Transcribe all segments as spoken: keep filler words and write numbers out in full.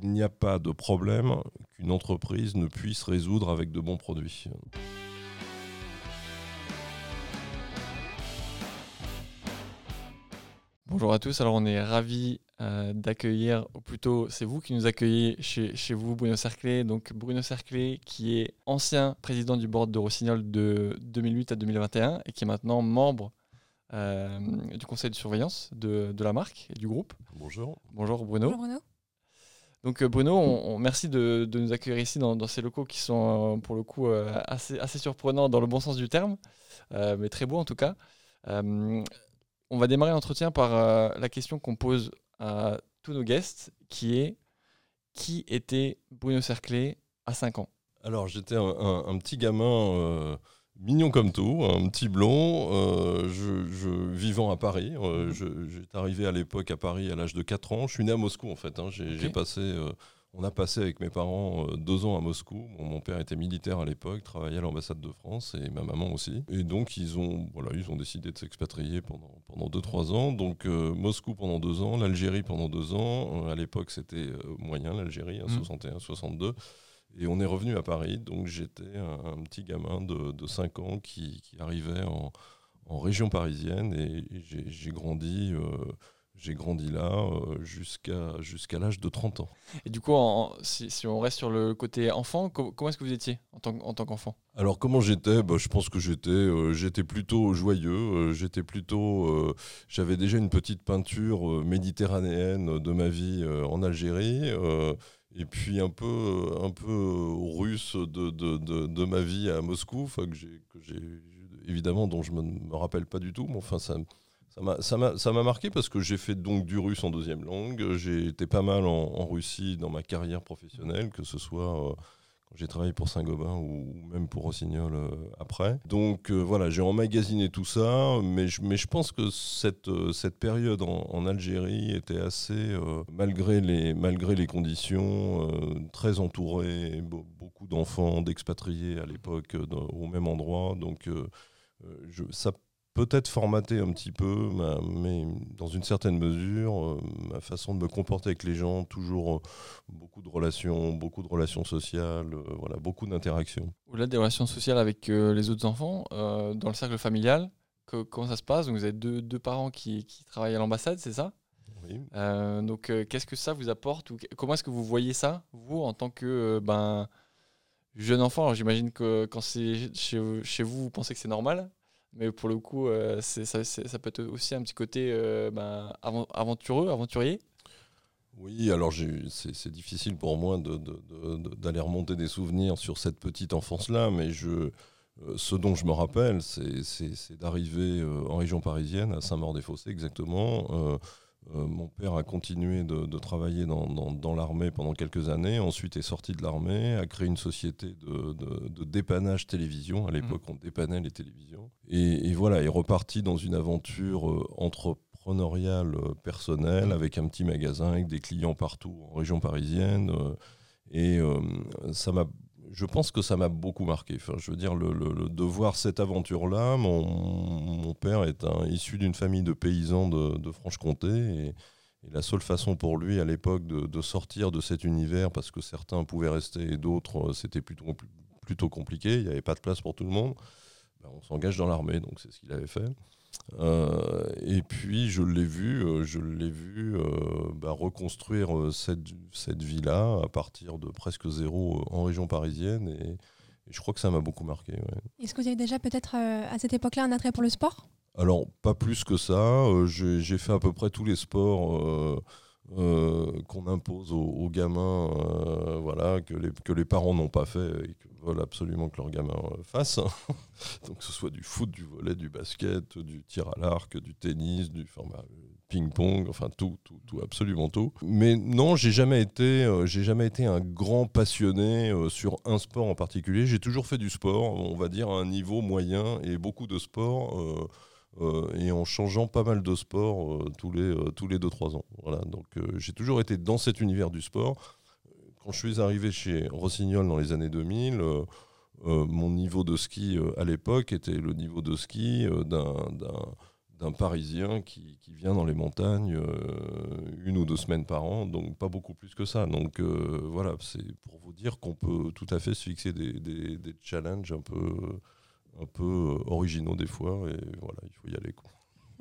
il n'y a pas de problème qu'une entreprise ne puisse résoudre avec de bons produits. Bonjour à tous, alors on est ravis euh, d'accueillir, ou plutôt c'est vous qui nous accueillez chez, chez vous, Bruno Cerclé. Donc Bruno Cerclé qui est ancien président du board de Rossignol de deux mille huit à deux mille vingt et un et qui est maintenant membre euh, du conseil de surveillance de, de la marque et du groupe. Bonjour. Bonjour Bruno. Bonjour Bruno. Donc euh, Bruno, on, on, merci de, de nous accueillir ici dans, dans ces locaux qui sont euh, pour le coup euh, assez, assez surprenants dans le bon sens du terme, euh, mais très beaux en tout cas. Euh, On va démarrer l'entretien par euh, la question qu'on pose à tous nos guests, qui est qui était Bruno Cerclé à cinq ans? Alors, j'étais un, un, un petit gamin euh, mignon comme tout, un petit blond, euh, je, je, vivant à Paris. Euh, je, j'étais arrivé à l'époque à Paris à l'âge de quatre ans. Je suis né à Moscou, en fait. Hein. J'ai, okay. j'ai passé... Euh, On a passé avec mes parents euh, deux ans à Moscou. Mon, mon père était militaire à l'époque, travaillait à l'ambassade de France et ma maman aussi. Et donc ils ont, voilà, ils ont décidé de s'expatrier pendant, pendant deux trois ans. Donc euh, Moscou pendant deux ans, l'Algérie pendant deux ans. Euh, à l'époque c'était euh, moyen l'Algérie, hein, mmh. soixante et un soixante-deux. Et on est revenu à Paris. Donc j'étais un, un petit gamin de, de cinq ans qui, qui arrivait en, en région parisienne et, et j'ai, j'ai grandi... Euh, J'ai grandi là euh, jusqu'à, jusqu'à l'âge de trente ans. Et du coup, en, si, si on reste sur le côté enfant, co- comment est-ce que vous étiez en tant, en tant qu'enfant ? Alors comment j'étais ? bah, Je pense que j'étais, euh, j'étais plutôt joyeux. Euh, j'étais plutôt, euh, j'avais déjà une petite peinture euh, méditerranéenne de ma vie euh, en Algérie. Euh, et puis un peu, un peu russe de, de, de, de ma vie à Moscou, que j'ai, que j'ai, évidemment, dont je ne me, me rappelle pas du tout. Mais enfin, ça Ça m'a, ça, m'a, ça m'a marqué parce que j'ai fait donc du russe en deuxième langue. J'ai été pas mal en, en Russie dans ma carrière professionnelle, que ce soit euh, quand j'ai travaillé pour Saint-Gobain ou, ou même pour Rossignol euh, après. Donc euh, voilà, j'ai emmagasiné tout ça, mais je, mais je pense que cette, euh, cette période en, en Algérie était assez, euh, malgré, les, malgré les conditions, euh, très entourée, be- beaucoup d'enfants, d'expatriés à l'époque euh, dans, au même endroit. Donc euh, je, ça peut-être formater un petit peu, ma, mais dans une certaine mesure, euh, ma façon de me comporter avec les gens, toujours euh, beaucoup de relations, beaucoup de relations sociales, euh, voilà, beaucoup d'interactions. Au-delà des relations sociales avec euh, les autres enfants, euh, dans le cercle familial, que, comment ça se passe ? Donc, vous avez deux, deux parents qui, qui travaillent à l'ambassade, c'est ça ? Oui. Euh, donc, euh, qu'est-ce que ça vous apporte ou comment est-ce que vous voyez ça, vous, en tant que euh, ben, jeune enfant ? Alors, j'imagine que quand c'est chez, chez vous, vous pensez que c'est normal. Mais pour le coup, euh, c'est, ça, c'est, ça peut être aussi un petit côté euh, ben, avant, aventureux, aventurier. Oui, alors j'ai, c'est, c'est difficile pour moi de, de, de, de, d'aller remonter des souvenirs sur cette petite enfance-là, mais je, euh, ce dont je me rappelle, c'est, c'est, c'est d'arriver euh, en région parisienne, à Saint-Maur-des-Fossés exactement. Euh, euh, mon père a continué de, de travailler dans, dans, dans l'armée pendant quelques années, ensuite est sorti de l'armée, a créé une société de, de, de dépannage télévision. À l'époque, on dépannait les télévisions. Et, et voilà, est reparti dans une aventure euh, entrepreneuriale euh, personnelle, avec un petit magasin, avec des clients partout en région parisienne. Euh, et euh, ça m'a... Je pense que ça m'a beaucoup marqué. Enfin, je veux dire, le, le, le, de voir cette aventure-là, mon, mon père est un, issu d'une famille de paysans de, de Franche-Comté et, et la seule façon pour lui à l'époque de, de sortir de cet univers, parce que certains pouvaient rester et d'autres, c'était plutôt, plutôt compliqué, il n'y avait pas de place pour tout le monde, ben, on s'engage dans l'armée, donc c'est ce qu'il avait fait. Euh, et puis je l'ai vu, euh, je l'ai vu euh, bah, reconstruire euh, cette, cette vie-là à partir de presque zéro euh, en région parisienne et, et je crois que ça m'a beaucoup marqué. Ouais. Est-ce que vous avez déjà peut-être euh, à cette époque-là un attrait pour le sport ? Alors pas plus que ça, euh, j'ai, j'ai fait à peu près tous les sports euh, euh, qu'on impose aux, aux gamins, euh, voilà, que les, que les parents n'ont pas fait et que veulent absolument que leurs gamins euh, fassent. Donc que ce soit du foot, du volley, du basket, du tir à l'arc, du tennis, du enfin, bah, ping-pong, enfin tout, tout, tout, absolument tout. Mais non, j'ai jamais été, euh, j'ai jamais été un grand passionné euh, sur un sport en particulier. J'ai toujours fait du sport, on va dire à un niveau moyen et beaucoup de sports. Euh, Euh, et en changeant pas mal de sports euh, tous les euh, tous les deux trois ans. Voilà. Donc euh, j'ai toujours été dans cet univers du sport. Quand je suis arrivé chez Rossignol dans les années deux mille, euh, euh, mon niveau de ski euh, à l'époque était le niveau de ski euh, d'un, d'un d'un Parisien qui, qui vient dans les montagnes euh, une ou deux semaines par an, donc pas beaucoup plus que ça. Donc euh, voilà, c'est pour vous dire qu'on peut tout à fait se fixer des, des, des challenges un peu, un peu originaux des fois, et voilà, il faut y aller, quoi.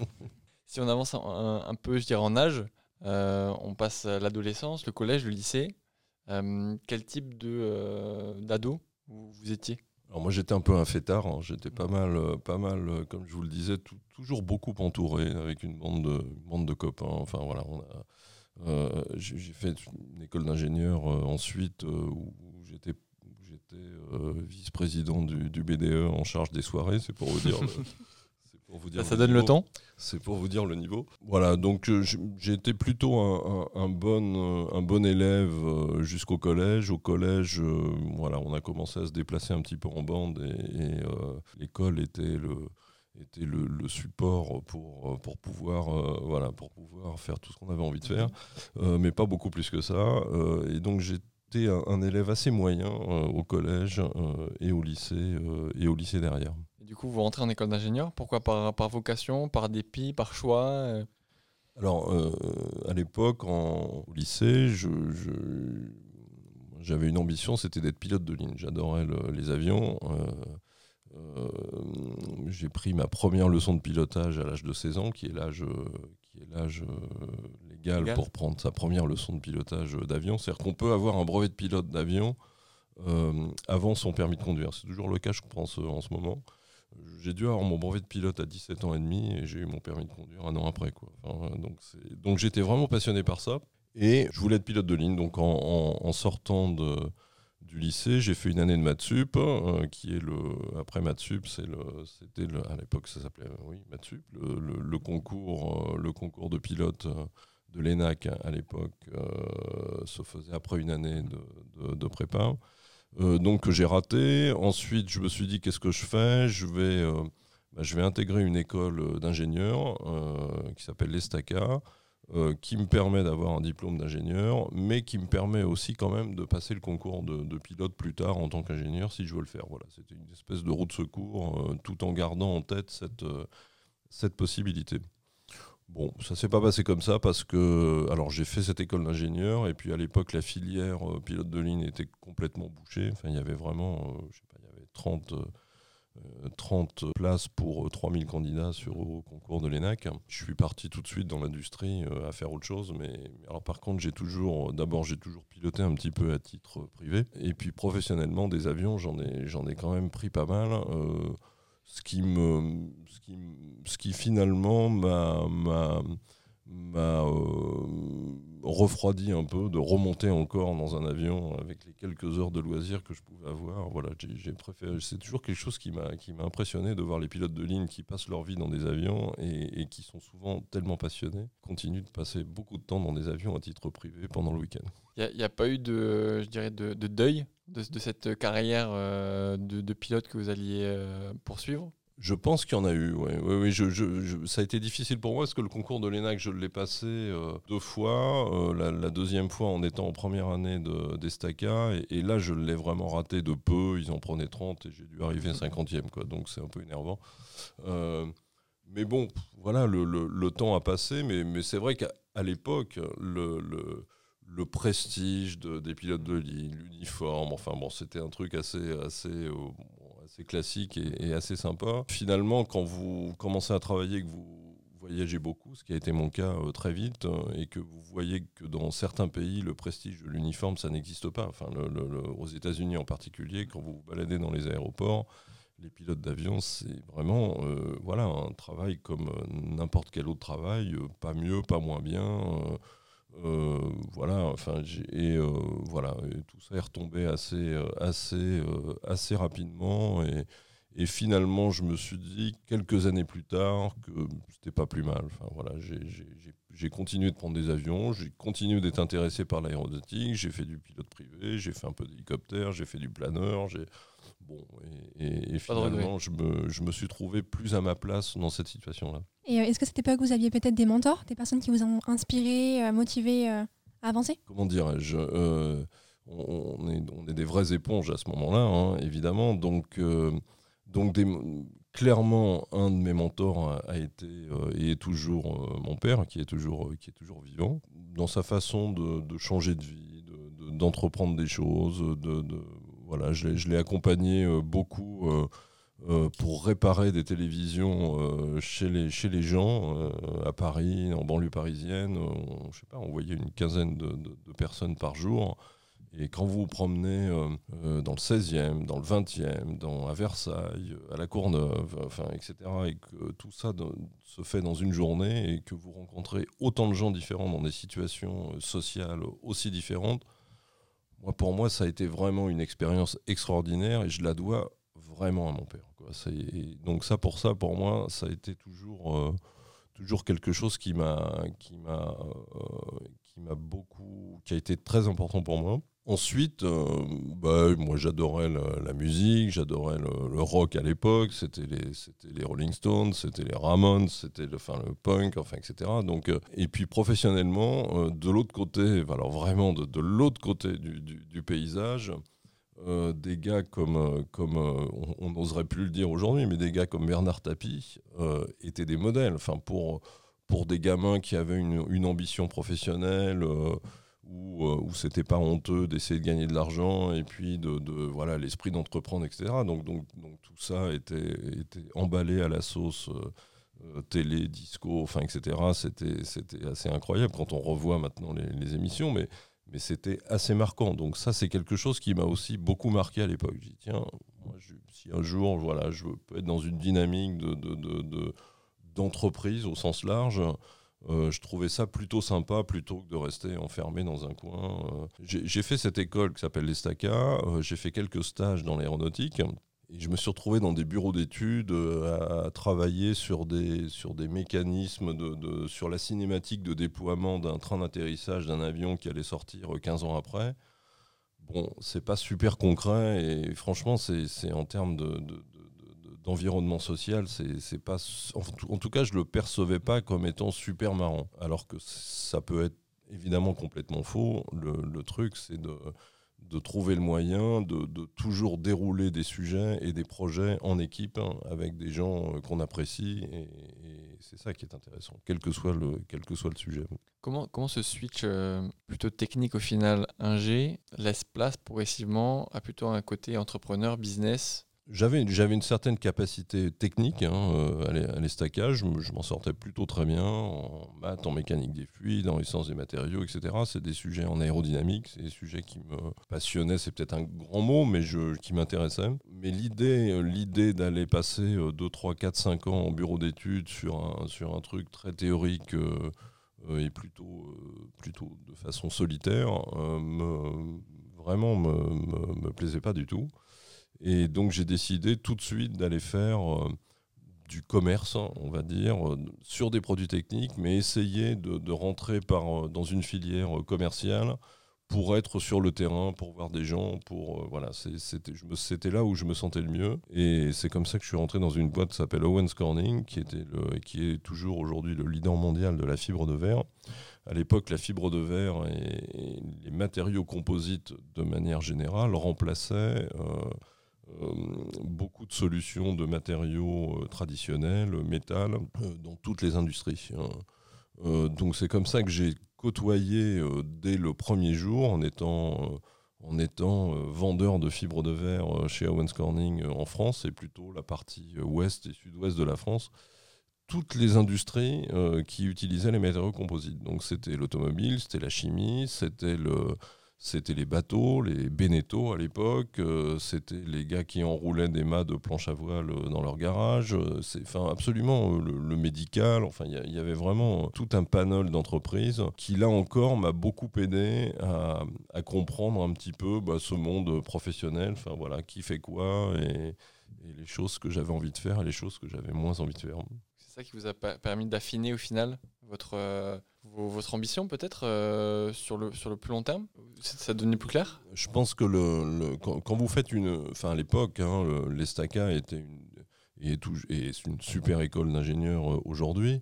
Si on avance un, un, un peu, je dirais, en âge, euh, on passe à l'adolescence, le collège, le lycée. Euh, quel type de, euh, d'ado vous, vous étiez ? Alors moi j'étais un peu un fêtard, hein. J'étais pas mal, euh, pas mal, euh, comme je vous le disais, tout- toujours beaucoup entouré avec une bande de, une bande de copains. Enfin voilà, on a, euh, j'ai, j'ai fait une école d'ingénieur euh, ensuite euh, où j'étais, où j'étais euh, vice-président du, du B D E en charge des soirées. C'est pour vous dire. Le, c'est pour vous dire Ça, ça le donne niveau. le temps ? C'est pour vous dire le niveau. Voilà, donc euh, j'ai été plutôt un, un, un, bon, euh, un bon élève euh, jusqu'au collège. Au collège, euh, voilà, on a commencé à se déplacer un petit peu en bande et, et euh, l'école était le était le, le support pour, pour, pouvoir, euh, voilà, pour pouvoir faire tout ce qu'on avait envie de faire, euh, mais pas beaucoup plus que ça. Euh, et donc j'étais un, un élève assez moyen euh, au collège euh, et au lycée euh, et au lycée derrière. Du coup, vous rentrez en école d'ingénieur. Pourquoi ? Par, par vocation, par dépit, par choix euh... Alors, euh, à l'époque, en, au lycée, je, je, j'avais une ambition, c'était d'être pilote de ligne. J'adorais le, les avions. Euh, euh, j'ai pris ma première leçon de pilotage à l'âge de seize ans, qui est l'âge, qui est l'âge euh, légal, légal pour prendre sa première leçon de pilotage d'avion. C'est-à-dire qu'on peut avoir un brevet de pilote d'avion euh, avant son permis de conduire. C'est toujours le cas, je pense, en ce moment. J'ai dû avoir mon brevet de pilote à dix-sept ans et demi et j'ai eu mon permis de conduire un an après, quoi. Enfin, donc, c'est... donc j'étais vraiment passionné par ça et je voulais être pilote de ligne. Donc en, en, en sortant de, du lycée, j'ai fait une année de maths sup, euh, qui est le après maths sup, c'est le, c'était le, à l'époque ça s'appelait oui maths sup, le, le, le concours, euh, le concours de pilote de l'E N A C à l'époque euh, se faisait après une année de, de, de prépa. Euh, donc que j'ai raté. Ensuite, je me suis dit qu'est-ce que je fais ? Je vais, euh, bah, je vais intégrer une école d'ingénieur euh, qui s'appelle l'ESTACA, euh, qui me permet d'avoir un diplôme d'ingénieur, mais qui me permet aussi quand même de passer le concours de, de pilote plus tard en tant qu'ingénieur si je veux le faire. Voilà, c'était une espèce de roue de secours, euh, tout en gardant en tête cette, euh, cette possibilité. Bon, ça ne s'est pas passé comme ça parce que alors j'ai fait cette école d'ingénieur et puis à l'époque la filière euh, pilote de ligne était complètement bouchée. Enfin, il y avait vraiment, euh, je sais pas, il y avait trente, euh, trente places pour euh, trois mille candidats sur au concours de l'E N A C. Je suis parti tout de suite dans l'industrie euh, à faire autre chose, mais, mais alors par contre j'ai toujours, d'abord j'ai toujours piloté un petit peu à titre privé et puis professionnellement des avions j'en ai, j'en ai quand même pris pas mal. Euh, Ce qui, me, ce, qui, ce qui finalement m'a, m'a, m'a euh, refroidi un peu de remonter encore dans un avion avec les quelques heures de loisirs que je pouvais avoir. Voilà, j'ai, j'ai préféré, c'est toujours quelque chose qui m'a, qui m'a impressionné de voir les pilotes de ligne qui passent leur vie dans des avions et, et qui sont souvent tellement passionnés, continuent de passer beaucoup de temps dans des avions à titre privé pendant le week-end. Il n'y a, a pas eu de, je dirais de, de deuil de, de cette carrière euh, de, de pilote que vous alliez euh, poursuivre ? Je pense qu'il y en a eu, oui. oui, oui je, je, je, ça a été difficile pour moi parce que le concours de l'E N A C, je l'ai passé euh, deux fois. Euh, la, la deuxième fois en étant en première année de, d'Estaca. Et, et là, je l'ai vraiment raté de peu. Ils en prenaient trente et j'ai dû arriver cinquantième, quoi. Donc c'est un peu énervant. Euh, mais bon, voilà, le, le, le temps a passé. Mais, mais c'est vrai qu'à à l'époque, le... le le prestige de, des pilotes de ligne, l'uniforme, enfin bon, c'était un truc assez, assez, euh, assez classique et, et assez sympa. Finalement, quand vous commencez à travailler, que vous voyagez beaucoup, ce qui a été mon cas euh, très vite, euh, et que vous voyez que dans certains pays, le prestige de l'uniforme, ça n'existe pas. Enfin, le, le, le, aux États-Unis en particulier, quand vous vous baladez dans les aéroports, les pilotes d'avion, c'est vraiment euh, voilà, un travail comme n'importe quel autre travail, euh, pas mieux, pas moins bien. Euh, Euh, voilà, enfin, j'ai, et euh, voilà, et tout ça est retombé assez, assez, euh, assez rapidement, et, et finalement, je me suis dit quelques années plus tard que c'était pas plus mal. Enfin voilà, j'ai, j'ai, j'ai, j'ai continué de prendre des avions, j'ai continué d'être intéressé par l'aéronautique, j'ai fait du pilote privé, j'ai fait un peu d'hélicoptère, j'ai fait du planeur, j'ai bon, et, et, et finalement, je me, je me suis trouvé plus à ma place dans cette situation-là. Et est-ce qu'à cette époque, vous aviez peut-être des mentors, des personnes qui vous ont inspiré, motivé à avancer ? Comment dirais-je euh, on, est, on est des vraies éponges à ce moment-là, hein, évidemment. Donc, euh, donc des, clairement, un de mes mentors a, a été euh, et est toujours euh, mon père, qui est toujours, euh, qui est toujours vivant, dans sa façon de, de changer de vie, de, de, d'entreprendre des choses. De, de, voilà, je l'ai, je l'ai accompagné euh, beaucoup euh, euh, pour réparer des télévisions euh, chez, les, chez les gens, euh, à Paris, en banlieue parisienne. On, je sais pas, on voyait une quinzaine de, de, de personnes par jour. Et quand vous vous promenez euh, euh, dans le seizième, dans le vingtième, dans, à Versailles, à la Courneuve, enfin, et cetera, et que tout ça de, se fait dans une journée et que vous rencontrez autant de gens différents dans des situations euh, sociales aussi différentes, moi, pour moi, ça a été vraiment une expérience extraordinaire et je la dois vraiment à mon père, quoi. C'est, et donc ça, pour ça, pour moi, ça a été toujours, euh, toujours quelque chose qui m'a, qui m'a, euh, qui m'a beaucoup, qui a été très important pour moi. Ensuite, euh, bah, moi j'adorais la, la musique, j'adorais le, le rock à l'époque, c'était les, c'était les Rolling Stones, c'était les Ramones, c'était le, enfin, le punk, enfin, et cetera. Donc, euh, et puis professionnellement, euh, de l'autre côté, alors vraiment de, de l'autre côté du, du, du paysage, euh, des gars comme, euh, comme euh, on n'oserait plus le dire aujourd'hui, mais des gars comme Bernard Tapie euh, étaient des modèles, enfin, pour, pour des gamins qui avaient une, une ambition professionnelle, euh, où, euh, où c'était pas honteux d'essayer de gagner de l'argent et puis de, de voilà, l'esprit d'entreprendre, et cetera. Donc, donc, donc tout ça était, était emballé à la sauce euh, euh, télé, disco, enfin, et cetera. C'était, c'était assez incroyable quand on revoit maintenant les, les émissions, mais, mais c'était assez marquant. Donc ça, c'est quelque chose qui m'a aussi beaucoup marqué à l'époque. Je dis, tiens, moi, je, si un jour, voilà, je peux être dans une dynamique de, de, de, de, d'entreprise au sens large, Euh, je trouvais ça plutôt sympa plutôt que de rester enfermé dans un coin. Euh, j'ai, j'ai fait cette école qui s'appelle l'ESTACA, euh, j'ai fait quelques stages dans l'aéronautique et je me suis retrouvé dans des bureaux d'études euh, à travailler sur des, sur des mécanismes, de, de, sur la cinématique de déploiement d'un train d'atterrissage d'un avion qui allait sortir quinze ans après. Bon, c'est pas super concret et franchement, c'est, c'est en termes de, de d'environnement social, c'est, c'est pas, en tout, en tout cas, je le percevais pas comme étant super marrant. Alors que ça peut être évidemment complètement faux. Le, le truc, c'est de, de trouver le moyen de, de toujours dérouler des sujets et des projets en équipe, hein, avec des gens qu'on apprécie. Et, et c'est ça qui est intéressant, quel que soit le, quel que soit le sujet. Comment, comment ce switch euh, plutôt technique au final, ingé, laisse place progressivement à plutôt un côté entrepreneur, business? J'avais, j'avais une certaine capacité technique, hein, euh, à l'ESTACA, je, je m'en sortais plutôt très bien en maths, en mécanique des fluides, en essence des matériaux, et cetera. C'est des sujets en aérodynamique, c'est des sujets qui me passionnaient, c'est peut-être un grand mot, mais je, qui m'intéressaient. Mais l'idée, l'idée d'aller passer deux, trois, quatre, cinq ans en bureau d'études sur un, sur un truc très théorique euh, euh, et plutôt, euh, plutôt de façon solitaire, euh, me, vraiment me, me, me plaisait pas du tout. Et donc j'ai décidé tout de suite d'aller faire euh, du commerce, on va dire, euh, sur des produits techniques, mais essayer de, de rentrer par, euh, dans une filière euh, commerciale pour être sur le terrain, pour voir des gens, pour euh, voilà, c'est, c'était, je me, c'était là où je me sentais le mieux. Et c'est comme ça que je suis rentré dans une boîte qui s'appelle Owens Corning, qui était le, qui est toujours aujourd'hui le leader mondial de la fibre de verre. À l'époque, la fibre de verre et, et les matériaux composites, de manière générale, remplaçaient euh, Euh, beaucoup de solutions de matériaux euh, traditionnels, métal, euh, dans toutes les industries. Hein. Euh, donc c'est comme ça que j'ai côtoyé euh, dès le premier jour, en étant, euh, en étant euh, vendeur de fibres de verre euh, chez Owens Corning euh, en France, et plutôt la partie euh, ouest et sud-ouest de la France, toutes les industries euh, qui utilisaient les matériaux composites. Donc c'était l'automobile, c'était la chimie, c'était le... C'était les bateaux, les Beneteau à l'époque, euh, c'était les gars qui enroulaient des mâts de planche à voile dans leur garage, euh, c'est, enfin, absolument euh, le, le médical, enfin il y, y avait vraiment tout un panel d'entreprises qui là encore m'a beaucoup aidé à, à comprendre un petit peu bah, ce monde professionnel, enfin voilà, qui fait quoi et, et les choses que j'avais envie de faire et les choses que j'avais moins envie de faire. C'est ça qui vous a pa- permis d'affiner au final votre, euh, vos, votre ambition peut-être euh, sur, le, sur le plus long terme? Ça devenait plus clair? Je pense que le, le, quand, quand vous faites une... Enfin à l'époque, hein, le, l'ESTACA était une, et, tout, et c'est une super école d'ingénieurs aujourd'hui.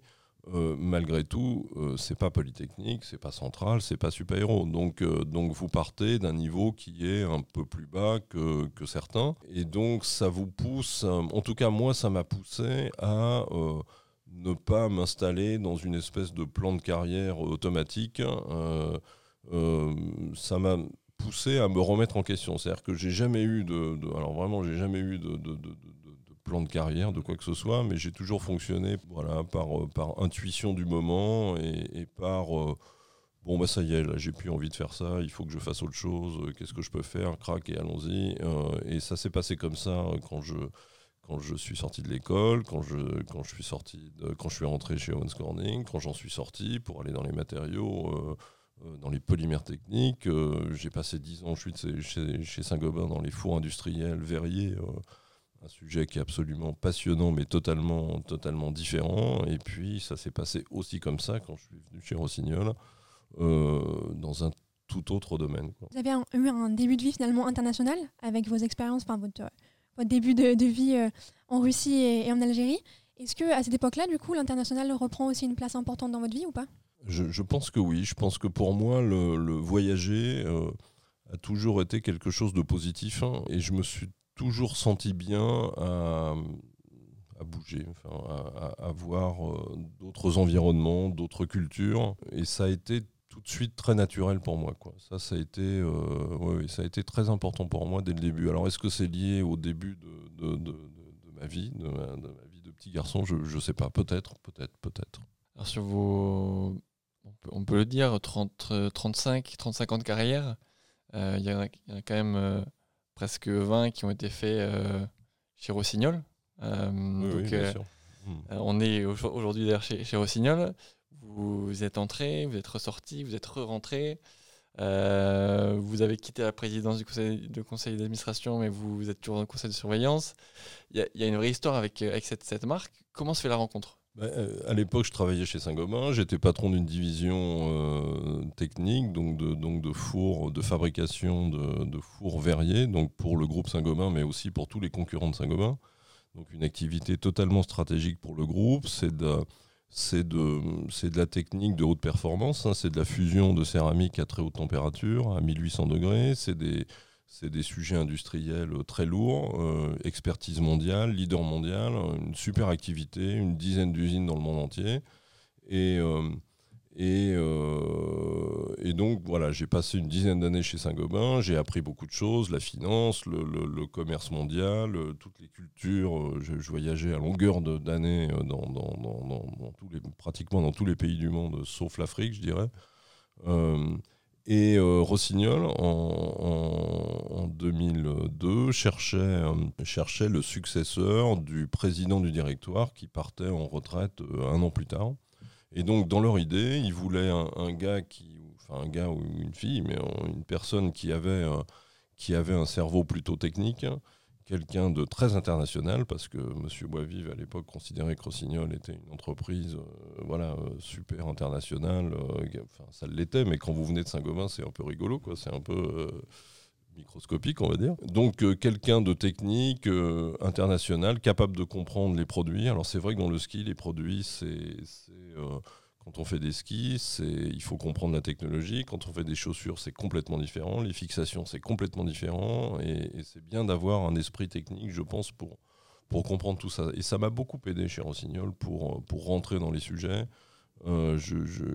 Euh, malgré tout, euh, c'est pas Polytechnique, c'est pas Centrale, c'est pas Super Héros. Donc, euh, donc vous partez d'un niveau qui est un peu plus bas que, que certains. Et donc ça vous pousse, euh, en tout cas moi ça m'a poussé à euh, ne pas m'installer dans une espèce de plan de carrière automatique. Euh, euh, ça m'a poussé à me remettre en question. C'est-à-dire que j'ai jamais eu de, de alors vraiment j'ai jamais eu de, de, de, de plan de carrière, de quoi que ce soit, mais j'ai toujours fonctionné voilà, par, euh, par intuition du moment et, et par euh, bon bah ça y est, là j'ai plus envie de faire ça, il faut que je fasse autre chose, euh, qu'est-ce que je peux faire, crac et allons-y. Euh, et ça s'est passé comme ça euh, quand je quand je suis sorti de l'école, quand je quand je suis sorti de, quand je suis rentré chez Owens Corning, quand j'en suis sorti pour aller dans les matériaux. Euh, euh, dans les polymères techniques, euh, j'ai passé dix ans je suis chez, chez Saint-Gobain dans les fours industriels verriers, euh, un sujet qui est absolument passionnant mais totalement, totalement différent. Et puis ça s'est passé aussi comme ça quand je suis venu chez Rossignol, euh, dans un tout autre domaine, quoi. Vous avez un, eu un début de vie finalement international avec vos expériences, enfin votre, votre début de, de vie euh, en Russie et, et en Algérie. Est-ce que à cette époque-là, du coup, l'international reprend aussi une place importante dans votre vie ou pas ? je, je pense que oui. Je pense que pour moi, le, le voyager euh, a toujours été quelque chose de positif, hein, et je me suis toujours senti bien à, à bouger, enfin, à, à, à voir euh, d'autres environnements, d'autres cultures. Et ça a été tout de suite très naturel pour moi, quoi. Ça, ça a été, euh, ouais, ça a été très important pour moi dès le début. Alors, est-ce que c'est lié au début de, de, de, de, de ma vie, de ma, de ma vie de petit garçon ? Je ne sais pas. Peut-être, peut-être, peut-être. Alors sur vos, on peut, on peut le dire, trente, trente-cinq, trente-cinq ans de carrière, il euh, y, y en a quand même euh, presque vingt qui ont été faits euh, chez Rossignol. Euh, Oui, donc, oui, bien euh, sûr. Hmm. on est aujourd'hui d'ailleurs chez, chez Rossignol. Vous êtes entré, vous êtes ressorti, vous êtes re-rentré. Euh, vous avez quitté la présidence du conseil, de conseil d'administration, mais vous, vous êtes toujours dans le conseil de surveillance. Il y, y a une vraie histoire avec, avec cette, cette marque. Comment se fait la rencontre ? Bah, euh, à l'époque, je travaillais chez Saint-Gobain. J'étais patron d'une division euh, technique, donc de, donc de fours, de fabrication de, de fours verriers, donc pour le groupe Saint-Gobain, mais aussi pour tous les concurrents de Saint-Gobain. Donc une activité totalement stratégique pour le groupe. C'est de, c'est de, c'est de la technique de haute performance, hein. C'est de la fusion de céramique à très haute température, à mille huit cents degrés. C'est des, c'est des sujets industriels très lourds, euh, expertise mondiale, leader mondial, une super activité, une dizaine d'usines dans le monde entier. Et, euh, et, euh, et donc voilà, j'ai passé une dizaine d'années chez Saint-Gobain, j'ai appris beaucoup de choses, la finance, le, le, le commerce mondial, euh, toutes les cultures. Je, je voyageais à longueur de, d'années dans, dans, dans, dans, dans tous les, pratiquement dans tous les pays du monde, sauf l'Afrique, je dirais. Euh, Et euh, Rossignol, en, en, en deux mille deux, cherchait, euh, cherchait le successeur du président du directoire qui partait en retraite euh, un an plus tard. Et donc, dans leur idée, ils voulaient un, un gars qui, enfin un gars ou une fille, mais euh, une personne qui avait, euh, qui avait un cerveau plutôt technique, quelqu'un de très international, parce que M. Boisvive, à l'époque, considérait que Rossignol était une entreprise euh, voilà, euh, super internationale. Euh, enfin, ça l'était, mais quand vous venez de Saint-Gobain, c'est un peu rigolo, quoi. C'est un peu euh, microscopique, on va dire. Donc, euh, quelqu'un de technique, euh, international, capable de comprendre les produits. Alors, c'est vrai que dans le ski, les produits, c'est... c'est euh, quand on fait des skis, c'est, il faut comprendre la technologie. Quand on fait des chaussures, c'est complètement différent. Les fixations, c'est complètement différent. Et, et c'est bien d'avoir un esprit technique, je pense, pour, pour comprendre tout ça. Et ça m'a beaucoup aidé chez Rossignol pour, pour rentrer dans les sujets. Euh, je, je,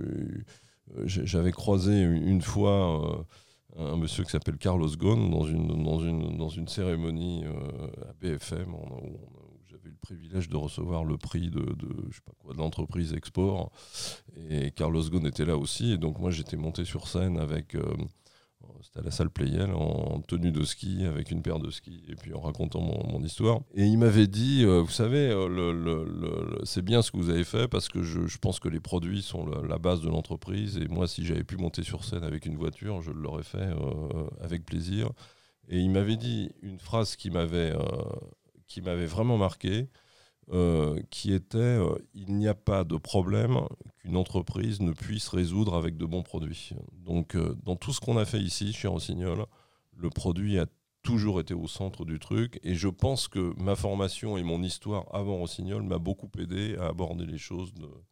j'avais croisé une fois euh, un monsieur qui s'appelle Carlos Ghosn dans une, dans une, dans une cérémonie euh, à B F M, où on, j'avais eu le privilège de recevoir le prix de, de, je sais pas quoi, de l'entreprise Export, et Carlos Ghosn était là aussi, et donc moi j'étais monté sur scène avec, euh, c'était à la salle Playel, en tenue de ski, avec une paire de skis, et puis en racontant mon, mon histoire. Et il m'avait dit, euh, vous savez, euh, le, le, le, c'est bien ce que vous avez fait, parce que je, je pense que les produits sont la, la base de l'entreprise, et moi si j'avais pu monter sur scène avec une voiture, je l'aurais fait euh, avec plaisir. Et il m'avait dit une phrase qui m'avait... Euh, qui m'avait vraiment marqué, euh, qui était euh, « Il n'y a pas de problème qu'une entreprise ne puisse résoudre avec de bons produits ». Donc, euh, dans tout ce qu'on a fait ici, chez Rossignol, le produit a toujours été au centre du truc. Et je pense que ma formation et mon histoire avant Rossignol m'a beaucoup aidé à aborder les choses de,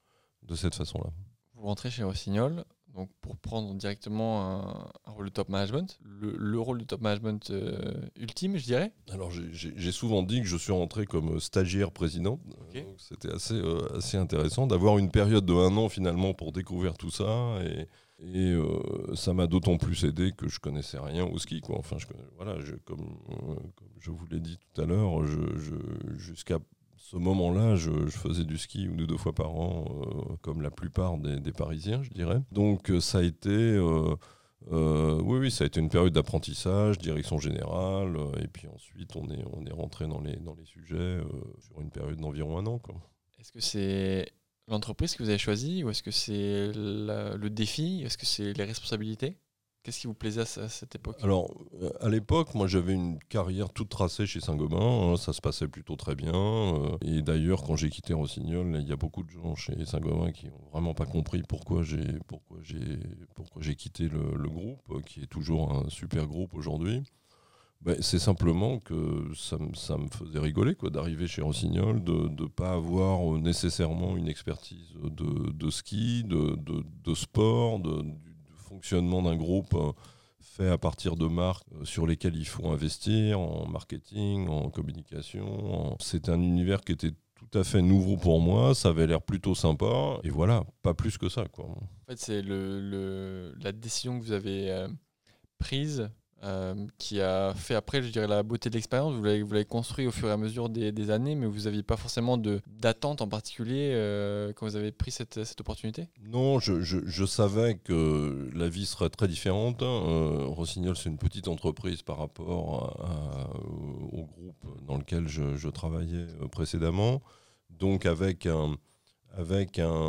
de cette façon-là. Vous rentrez chez Rossignol, donc pour prendre directement un, un rôle de top management, le, le rôle de top management euh, ultime, je dirais. Alors j'ai, j'ai, j'ai souvent dit que je suis rentré comme stagiaire président. Okay. Donc, c'était assez, euh, assez intéressant d'avoir une période de un an finalement pour découvrir tout ça. Et, et euh, ça m'a d'autant plus aidé que je connaissais rien au ski, quoi. Enfin, je, voilà, je, comme, euh, comme je vous l'ai dit tout à l'heure, je, je, jusqu'à ce moment-là, je, je faisais du ski une ou deux fois par an, euh, comme la plupart des, des Parisiens, je dirais. Donc euh, ça a été, euh, euh, oui, oui, ça a été une période d'apprentissage, direction générale, euh, et puis ensuite on est, on est rentré dans les, dans les sujets euh, sur une période d'environ un an, quoi. Est-ce que c'est l'entreprise que vous avez choisie, ou est-ce que c'est la, le défi, est-ce que c'est les responsabilités ? Qu'est-ce qui vous plaisait à, à cette époque ? Alors, à l'époque, moi, j'avais une carrière toute tracée chez Saint-Gobain. Hein, ça se passait plutôt très bien. Euh, et d'ailleurs, quand j'ai quitté Rossignol, il y a beaucoup de gens chez Saint-Gobain qui n'ont vraiment pas compris pourquoi j'ai, pourquoi j'ai, pourquoi j'ai quitté le, le groupe, qui est toujours un super groupe aujourd'hui. Ben, c'est simplement que ça, me, ça me faisait rigoler, quoi, d'arriver chez Rossignol, de ne pas avoir nécessairement une expertise de, de ski, de, de, de sport, de, du fonctionnement d'un groupe euh, fait à partir de marques euh, sur lesquelles il faut investir en marketing, en communication. En... C'est un univers qui était tout à fait nouveau pour moi, ça avait l'air plutôt sympa, et voilà, pas plus que ça, quoi. En fait, c'est le, le, la décision que vous avez euh, prise euh, qui a fait après, je dirais, la beauté de l'expérience. Vous l'avez, vous l'avez construit au fur et à mesure des, des années, mais vous n'aviez pas forcément de, d'attente en particulier euh, quand vous avez pris cette, cette opportunité ? Non, je, je, je savais que la vie serait très différente. Euh, Rossignol, c'est une petite entreprise par rapport à, à, au groupe dans lequel je, je travaillais précédemment. Donc avec un... Avec un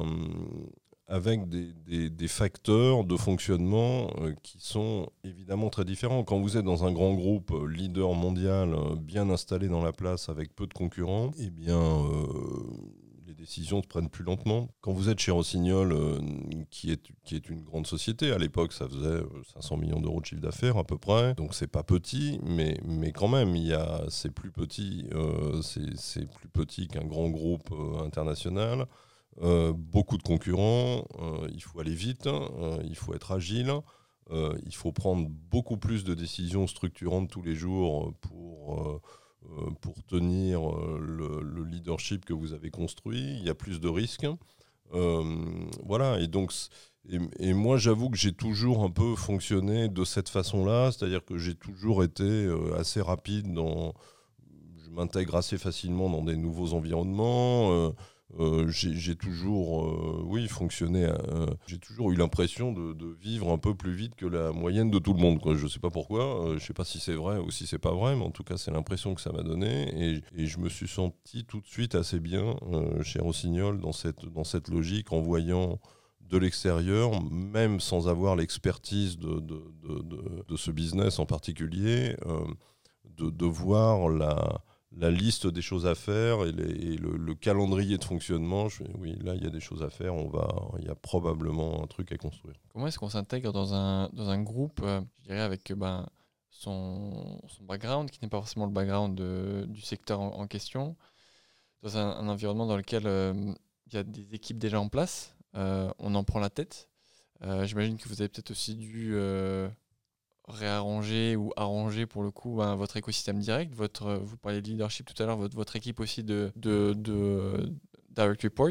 avec des, des, des facteurs de fonctionnement euh, qui sont évidemment très différents. Quand vous êtes dans un grand groupe euh, leader mondial, euh, bien installé dans la place, avec peu de concurrents, eh bien, euh, les décisions se prennent plus lentement. Quand vous êtes chez Rossignol, euh, qui, est, qui est une grande société, à l'époque, ça faisait cinq cents millions d'euros de chiffre d'affaires à peu près, donc c'est pas petit, mais, mais quand même, il y a, c'est plus petit, euh, c'est, c'est plus petit qu'un grand groupe euh, international. Euh, beaucoup de concurrents, euh, il faut aller vite, euh, il faut être agile, euh, il faut prendre beaucoup plus de décisions structurantes tous les jours pour, euh, euh, pour tenir euh, le, le leadership que vous avez construit. Il y a plus de risques. Euh, voilà, et donc et, et moi j'avoue que j'ai toujours un peu fonctionné de cette façon-là, c'est-à-dire que j'ai toujours été euh, assez rapide dans, je m'intègre assez facilement dans des nouveaux environnements. Euh, Euh, j'ai, j'ai toujours euh, oui, fonctionné, euh, j'ai toujours eu l'impression de, de vivre un peu plus vite que la moyenne de tout le monde, quoi. Je ne sais pas pourquoi, euh, je ne sais pas si c'est vrai ou si c'est pas vrai, mais en tout cas c'est l'impression que ça m'a donné, et, et je me suis senti tout de suite assez bien euh, chez Rossignol dans cette, dans cette logique, en voyant de l'extérieur, même sans avoir l'expertise de, de, de, de, de ce business en particulier, euh, de, de voir la la liste des choses à faire et, les, et le, le calendrier de fonctionnement. Je, oui, là, il y a des choses à faire, on va, il y a probablement un truc à construire. Comment est-ce qu'on s'intègre dans un, dans un groupe, euh, je dirais, avec ben, son, son background, qui n'est pas forcément le background de, du secteur en, en question, dans un, un environnement dans lequel euh, il y a des équipes déjà en place, euh, on en prend la tête. Euh, j'imagine que vous avez peut-être aussi dû... Euh, réarranger ou arranger pour le coup hein, votre écosystème direct, votre, vous parliez de leadership tout à l'heure, votre, votre équipe aussi de, de, de direct report.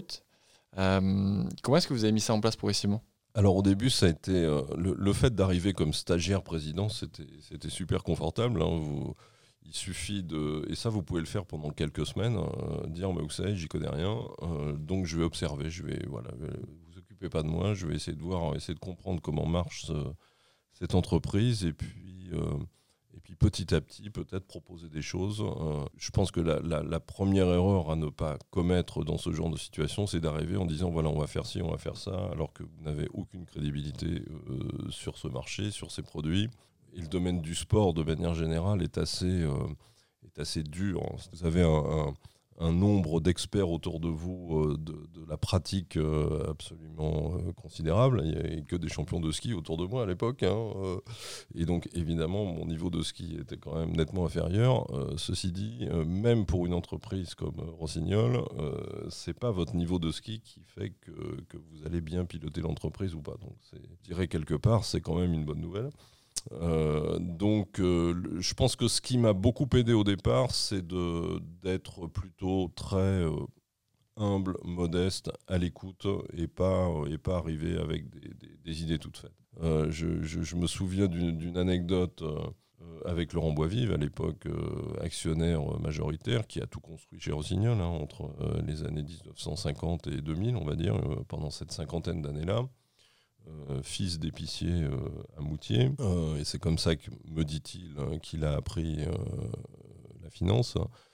Euh, comment est-ce que vous avez mis ça en place progressivement ? Alors au début, ça a été euh, le, le fait d'arriver comme stagiaire président, c'était, c'était super confortable. Hein, vous, il suffit de, et ça vous pouvez le faire pendant quelques semaines, euh, dire mais vous savez, j'y connais rien, euh, donc je vais observer, je vais voilà, vous occupez pas de moi, je vais essayer de voir, essayer de comprendre comment marche ce, cette entreprise, et puis, euh, et puis petit à petit peut-être proposer des choses. Euh, je pense que la, la, la première erreur à ne pas commettre dans ce genre de situation, c'est d'arriver en disant voilà, on va faire ci, on va faire ça, alors que vous n'avez aucune crédibilité euh, sur ce marché, sur ces produits. Et le domaine du sport, de manière générale, est assez, euh, est assez dur. Vous avez un, un, un nombre d'experts autour de vous euh, de, de la pratique euh, absolument euh, considérable. Il n'y avait que des champions de ski autour de moi à l'époque. Hein, euh, et donc, évidemment, mon niveau de ski était quand même nettement inférieur. Euh, ceci dit, euh, même pour une entreprise comme euh, Rossignol, euh, ce n'est pas votre niveau de ski qui fait que, que vous allez bien piloter l'entreprise ou pas. Donc, c'est, je dirais quelque part, c'est quand même une bonne nouvelle. Euh, donc euh, je pense que ce qui m'a beaucoup aidé au départ, c'est de, d'être plutôt très euh, humble, modeste, à l'écoute et pas, et pas arriver avec des, des, des idées toutes faites. Euh, je, je, je me souviens d'une, d'une anecdote euh, avec Laurent Boisvive, à l'époque euh, actionnaire majoritaire, qui a tout construit chez Rossignol hein, entre euh, les années dix-neuf cent cinquante et deux mille, on va dire, euh, pendant cette cinquantaine d'années-là. Euh, fils d'épicier euh, à Moutier. Euh, et c'est comme ça que, me dit-il, hein, qu'il a appris euh, la finance.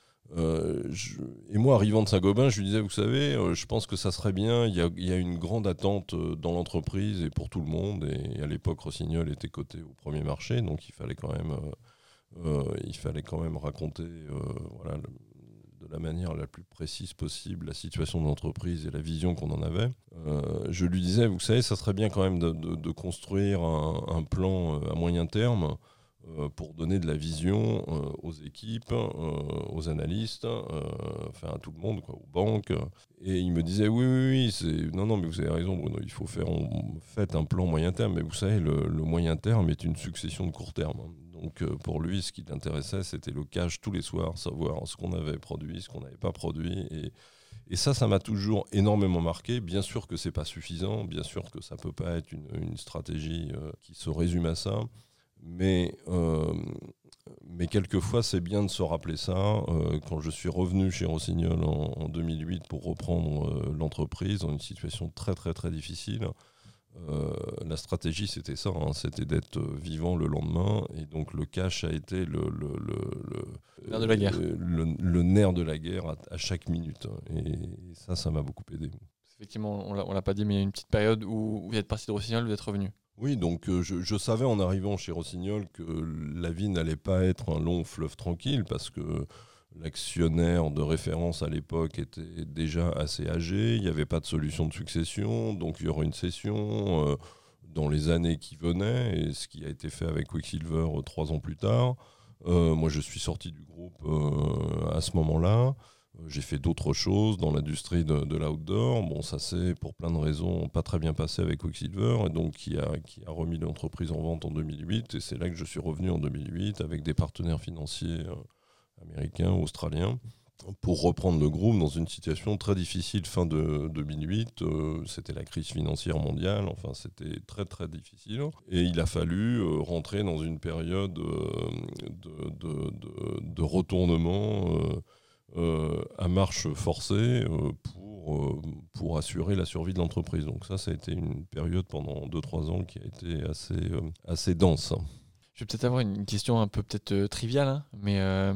Euh, je, et moi, arrivant de Saint-Gobain, je lui disais, vous savez, euh, je pense que ça serait bien, il y a, il y a une grande attente dans l'entreprise et pour tout le monde. Et, et à l'époque, Rossignol était coté au premier marché, donc il fallait quand même, euh, euh, il fallait quand même raconter euh, voilà, le, de la manière la plus précise possible la situation de l'entreprise et la vision qu'on en avait. Euh, je lui disais, vous savez, ça serait bien quand même de, de, de construire un, un plan à moyen terme euh, pour donner de la vision euh, aux équipes, euh, aux analystes, euh, enfin à tout le monde, quoi, aux banques. Et il me disait, oui, oui, oui, c'est... non, non, mais vous avez raison, Bruno, il faut faire, on... faites un plan moyen terme. Mais vous savez, le, le moyen terme est une succession de court terme. Donc euh, pour lui, ce qui l'intéressait, c'était le cash tous les soirs, savoir ce qu'on avait produit, ce qu'on n'avait pas produit. Et, et ça, ça m'a toujours énormément marqué. Bien sûr que c'est pas suffisant, bien sûr que ça peut pas être une, une stratégie euh, qui se résume à ça. Mais, euh, mais quelquefois, c'est bien de se rappeler ça. Euh, quand je suis revenu chez Rossignol en, en deux mille huit pour reprendre euh, l'entreprise dans une situation très très très difficile, Euh, la stratégie c'était ça, hein, c'était d'être vivant le lendemain, et donc le cash a été le, le, le, le, nerf de la guerre. le, le, le nerf de la guerre à, à chaque minute, et ça, ça m'a beaucoup aidé. Effectivement, on ne l'a pas dit, mais il y a une petite période où vous êtes parti de Rossignol, vous êtes revenu. Oui, donc euh, je, je savais en arrivant chez Rossignol que la vie n'allait pas être un long fleuve tranquille, parce que l'actionnaire de référence à l'époque était déjà assez âgé, il n'y avait pas de solution de succession, donc il y aurait une cession euh, dans les années qui venaient, et ce qui a été fait avec Quicksilver euh, trois ans plus tard. Euh, moi, je suis sorti du groupe euh, à ce moment-là. Euh, j'ai fait d'autres choses dans l'industrie de, de l'outdoor. Bon, ça s'est, pour plein de raisons, pas très bien passé avec Quicksilver, et donc qui a, qui a remis l'entreprise en vente en deux mille huit, et c'est là que je suis revenu en deux mille huit avec des partenaires financiers euh, américain, australien, pour reprendre le groupe dans une situation très difficile fin de deux mille huit. Euh, c'était la crise financière mondiale, enfin c'était très très difficile. Et il a fallu euh, rentrer dans une période euh, de, de, de, de retournement euh, euh, à marche forcée euh, pour, euh, pour assurer la survie de l'entreprise. Donc ça, ça a été une période pendant deux trois ans qui a été assez, euh, assez dense. Je vais peut-être avoir une question un peu peut-être euh, triviale, hein, mais euh,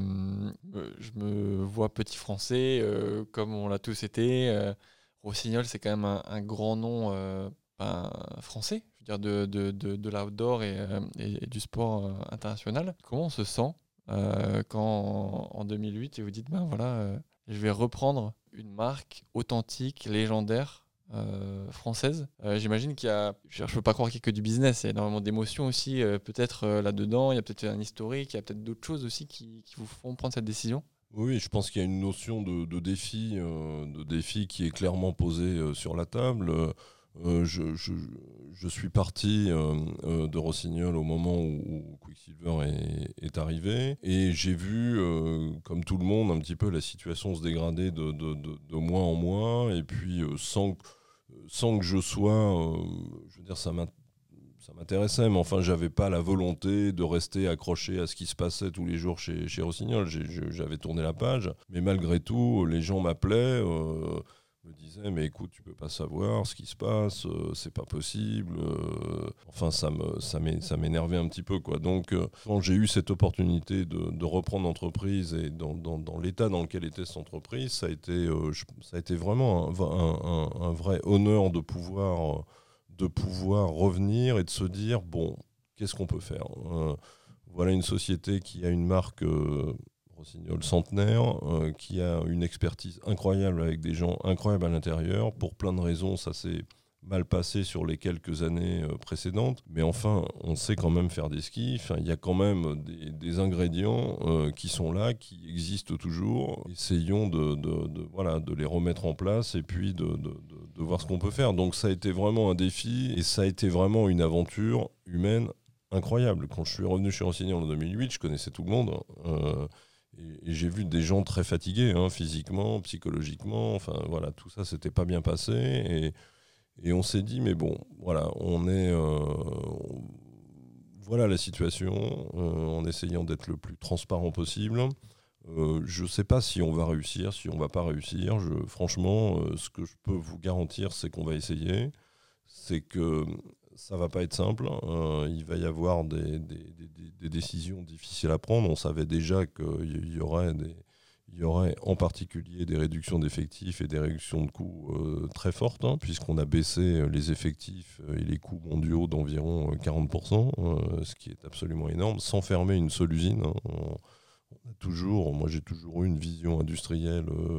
je me vois petit français, euh, comme on l'a tous été. Euh, Rossignol, c'est quand même un, un grand nom euh, ben, français, je veux dire, de, de, de, de l'outdoor et, euh, et, et du sport euh, international. Comment on se sent euh, quand en, en deux mille huit, et vous dites, ben voilà, euh, je vais reprendre une marque authentique, légendaire, Euh, française. Euh, j'imagine qu'il y a, je ne peux pas croire qu'il y a que du business, il y a énormément d'émotions aussi, euh, peut-être euh, là-dedans, il y a peut-être un historique, il y a peut-être d'autres choses aussi qui, qui vous font prendre cette décision. Oui, je pense qu'il y a une notion de, de défi, euh, de défi qui est clairement posée euh, sur la table. Euh, je, je, je suis parti euh, euh, de Rossignol au moment où, où Quicksilver est, est arrivé, et j'ai vu, euh, comme tout le monde, un petit peu la situation se dégrader de, de, de, de mois en mois, et puis euh, sans, sans que je sois, euh, je veux dire, ça m'a Ça m'intéressait, mais enfin, j'avais pas la volonté de rester accroché à ce qui se passait tous les jours chez, chez Rossignol. J'ai, j'avais tourné la page, mais malgré tout, les gens m'appelaient, euh, me disaient, mais écoute, tu peux pas savoir ce qui se passe, euh, c'est pas possible. Euh, enfin, ça me, ça m'é- ça m'énervait un petit peu, quoi. Donc, euh, quand j'ai eu cette opportunité de, de reprendre l'entreprise et dans, dans, dans l'état dans lequel était cette entreprise, ça a été, euh, je- ça a été vraiment un, un, un, un vrai honneur de pouvoir. Euh, de pouvoir revenir et de se dire, bon, qu'est-ce qu'on peut faire ? euh, Voilà une société qui a une marque, euh, Rossignol centenaire, euh, qui a une expertise incroyable avec des gens incroyables à l'intérieur. Pour plein de raisons, ça s'est mal passé sur les quelques années euh, précédentes. Mais enfin, on sait quand même faire des skis. Enfin, il y a quand même des, des ingrédients euh, qui sont là, qui existent toujours. Essayons de, de, de, voilà, de les remettre en place et puis de, de, de, de voir ce qu'on peut faire. Donc ça a été vraiment un défi et ça a été vraiment une aventure humaine incroyable. Quand je suis revenu chez Rossignol en deux mille huit, je connaissais tout le monde. Euh, et, et j'ai vu des gens très fatigués, hein, physiquement, psychologiquement. Enfin, voilà, tout ça, c'était pas bien passé. Et, et on s'est dit, mais bon, voilà, on est... Euh, on, voilà la situation, euh, en essayant d'être le plus transparent possible. Euh, je ne sais pas si on va réussir, si on ne va pas réussir. Je, franchement, euh, ce que je peux vous garantir, c'est qu'on va essayer. C'est que ça ne va pas être simple. Euh, il va y avoir des, des, des, des décisions difficiles à prendre. On savait déjà qu'il y aurait, des, il y aurait en particulier des réductions d'effectifs et des réductions de coûts euh, très fortes, hein, puisqu'on a baissé les effectifs et les coûts mondiaux d'environ quarante pour cent, euh, ce qui est absolument énorme, sans fermer une seule usine. Hein. On, on a toujours, moi j'ai toujours eu une vision industrielle euh,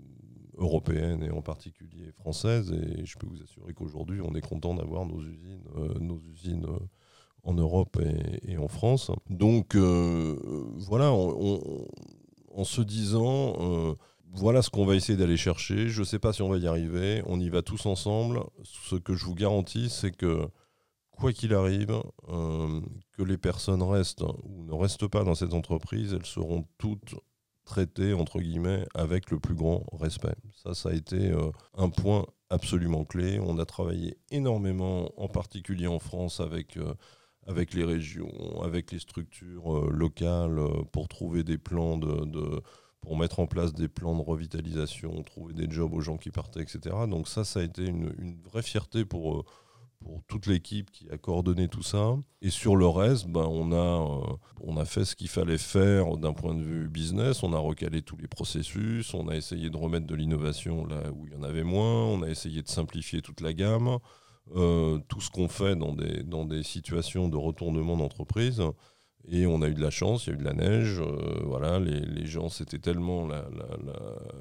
européenne et en particulier française, et je peux vous assurer qu'aujourd'hui on est content d'avoir nos usines, euh, nos usines euh, en Europe et, et en France. Donc euh, voilà, on, on, en se disant euh, voilà ce qu'on va essayer d'aller chercher. Je ne sais pas si on va y arriver, on y va tous ensemble. Ce que je vous garantis, c'est que quoi qu'il arrive, euh, que les personnes restent ou ne restent pas dans cette entreprise, elles seront toutes traitées, entre guillemets, avec le plus grand respect. Ça, ça a été euh, un point absolument clé. On a travaillé énormément, en particulier en France, avec, euh, avec les régions, avec les structures euh, locales, euh, pour trouver des plans de... de pour mettre en place des plans de revitalisation, trouver des jobs aux gens qui partaient, et cetera. Donc ça, ça a été une, une vraie fierté pour... Euh, pour toute l'équipe qui a coordonné tout ça. Et sur le reste, ben, on, a, euh, on a fait ce qu'il fallait faire d'un point de vue business, on a recalé tous les processus, on a essayé de remettre de l'innovation là où il y en avait moins, on a essayé de simplifier toute la gamme, euh, tout ce qu'on fait dans des, dans des situations de retournement d'entreprise. Et on a eu de la chance, il y a eu de la neige, euh, voilà, les, les gens, c'était tellement la... la, la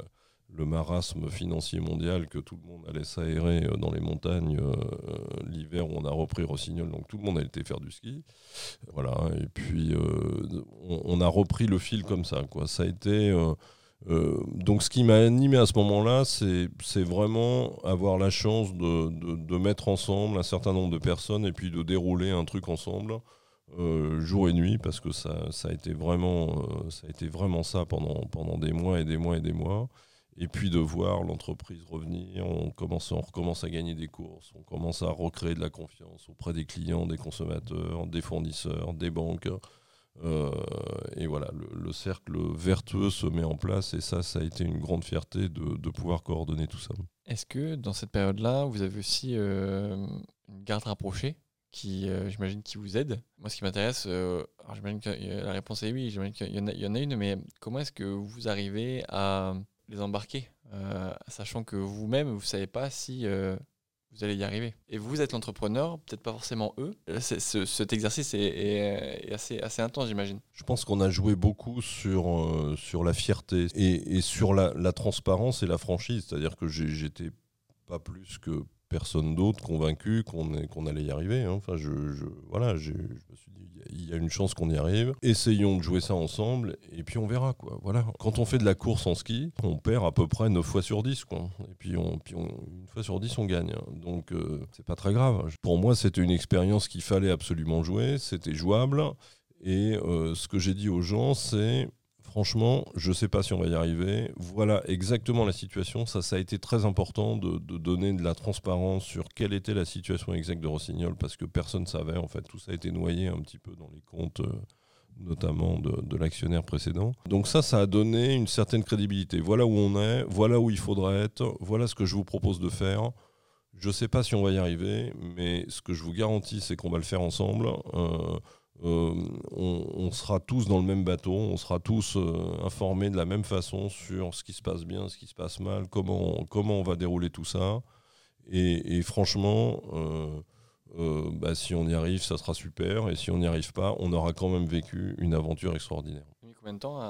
le marasme financier mondial que tout le monde allait s'aérer dans les montagnes euh, l'hiver où on a repris Rossignol, donc tout le monde a été faire du ski. Voilà, et puis euh, on, on a repris le fil comme ça, quoi. Ça a été... Euh, euh, donc ce qui m'a animé à ce moment-là, c'est, c'est vraiment avoir la chance de, de, de mettre ensemble un certain nombre de personnes et puis de dérouler un truc ensemble. Euh, jour et nuit, parce que ça, ça, a été vraiment, euh, ça a été vraiment ça pendant, pendant des mois et des mois et des mois. Et puis de voir l'entreprise revenir, on, commence, on recommence à gagner des courses, on commence à recréer de la confiance auprès des clients, des consommateurs, des fournisseurs, des banques. Euh, et voilà, le, le cercle vertueux se met en place et ça, ça a été une grande fierté de, de pouvoir coordonner tout ça. Est-ce que dans cette période-là, vous avez aussi euh, une garde rapprochée qui, euh, j'imagine, qui vous aide? Moi, ce qui m'intéresse, euh, alors j'imagine que la réponse est oui, j'imagine qu'il y en a, il y en a une, mais comment est-ce que vous arrivez à les embarquer, euh, sachant que vous-même, vous ne savez pas si euh, vous allez y arriver. Et vous êtes l'entrepreneur, peut-être pas forcément eux. C'est, ce, cet exercice est, est, est assez, assez intense, j'imagine. Je pense qu'on a joué beaucoup sur, euh, sur la fierté et, et sur la, la transparence et la franchise. C'est-à-dire que j'ai, j'étais pas plus que personne d'autre convaincu qu'on, est, qu'on allait y arriver. Hein. Enfin, je, je, voilà, j'ai, je me suis dit, il y a une chance qu'on y arrive. Essayons de jouer ça ensemble et puis on verra, quoi. Voilà. Quand on fait de la course en ski, on perd à peu près neuf fois sur dix, quoi. Et puis, on, puis on, une fois sur dix, on gagne. Donc, euh, c'est pas très grave. Pour moi, c'était une expérience qu'il fallait absolument jouer. C'était jouable. Et euh, ce que j'ai dit aux gens, c'est... Franchement, je ne sais pas si on va y arriver. Voilà exactement la situation. Ça, ça a été très important de, de donner de la transparence sur quelle était la situation exacte de Rossignol parce que personne ne savait. En fait, tout ça a été noyé un petit peu dans les comptes, euh, notamment de, de l'actionnaire précédent. Donc ça, ça a donné une certaine crédibilité. Voilà où on est, voilà où il faudrait être, voilà ce que je vous propose de faire. Je ne sais pas si on va y arriver, mais ce que je vous garantis, c'est qu'on va le faire ensemble. Euh, Euh, on, on sera tous dans le même bateau, on sera tous euh, informés de la même façon sur ce qui se passe bien, ce qui se passe mal, comment, comment on va dérouler tout ça. Et, et franchement, euh, euh, bah, si on y arrive, ça sera super. Et si on n'y arrive pas, on aura quand même vécu une aventure extraordinaire. combien de temps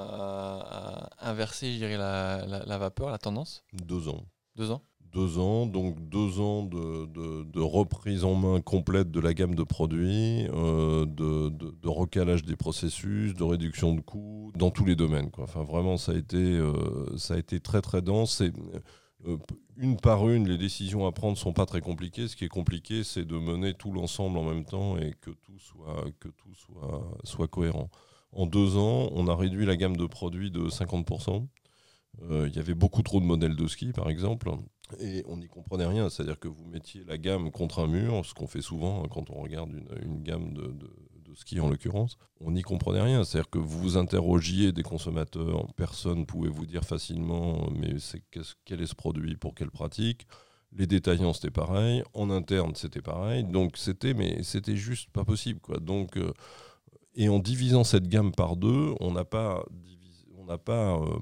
à, à inverser, je dirais, la, la, la vapeur, la tendance ? Deux ans. Deux ans. Deux ans, donc deux ans de, de, de reprise en main complète de la gamme de produits, euh, de, de, de recalage des processus, de réduction de coûts, dans tous les domaines, quoi. Enfin, vraiment, ça a été, euh, ça a été très très dense. Et, euh, une par une, les décisions à prendre ne sont pas très compliquées. Ce qui est compliqué, c'est de mener tout l'ensemble en même temps et que tout soit, que tout soit, soit cohérent. En deux ans, on a réduit la gamme de produits de cinquante pour cent. Euh, il y avait beaucoup trop de modèles de ski, par exemple, et on n'y comprenait rien. C'est-à-dire que vous mettiez la gamme contre un mur, ce qu'on fait souvent hein, quand on regarde une, une gamme de, de, de ski en l'occurrence. On n'y comprenait rien. C'est-à-dire que vous vous interrogiez des consommateurs, personne ne pouvait vous dire facilement mais c'est, quel est ce produit pour quelle pratique. Les détaillants, c'était pareil. En interne, c'était pareil. Donc, c'était, mais c'était juste pas possible, quoi. Donc, euh, et en divisant cette gamme par deux, on n'a pas, divisé, on n'a pas euh,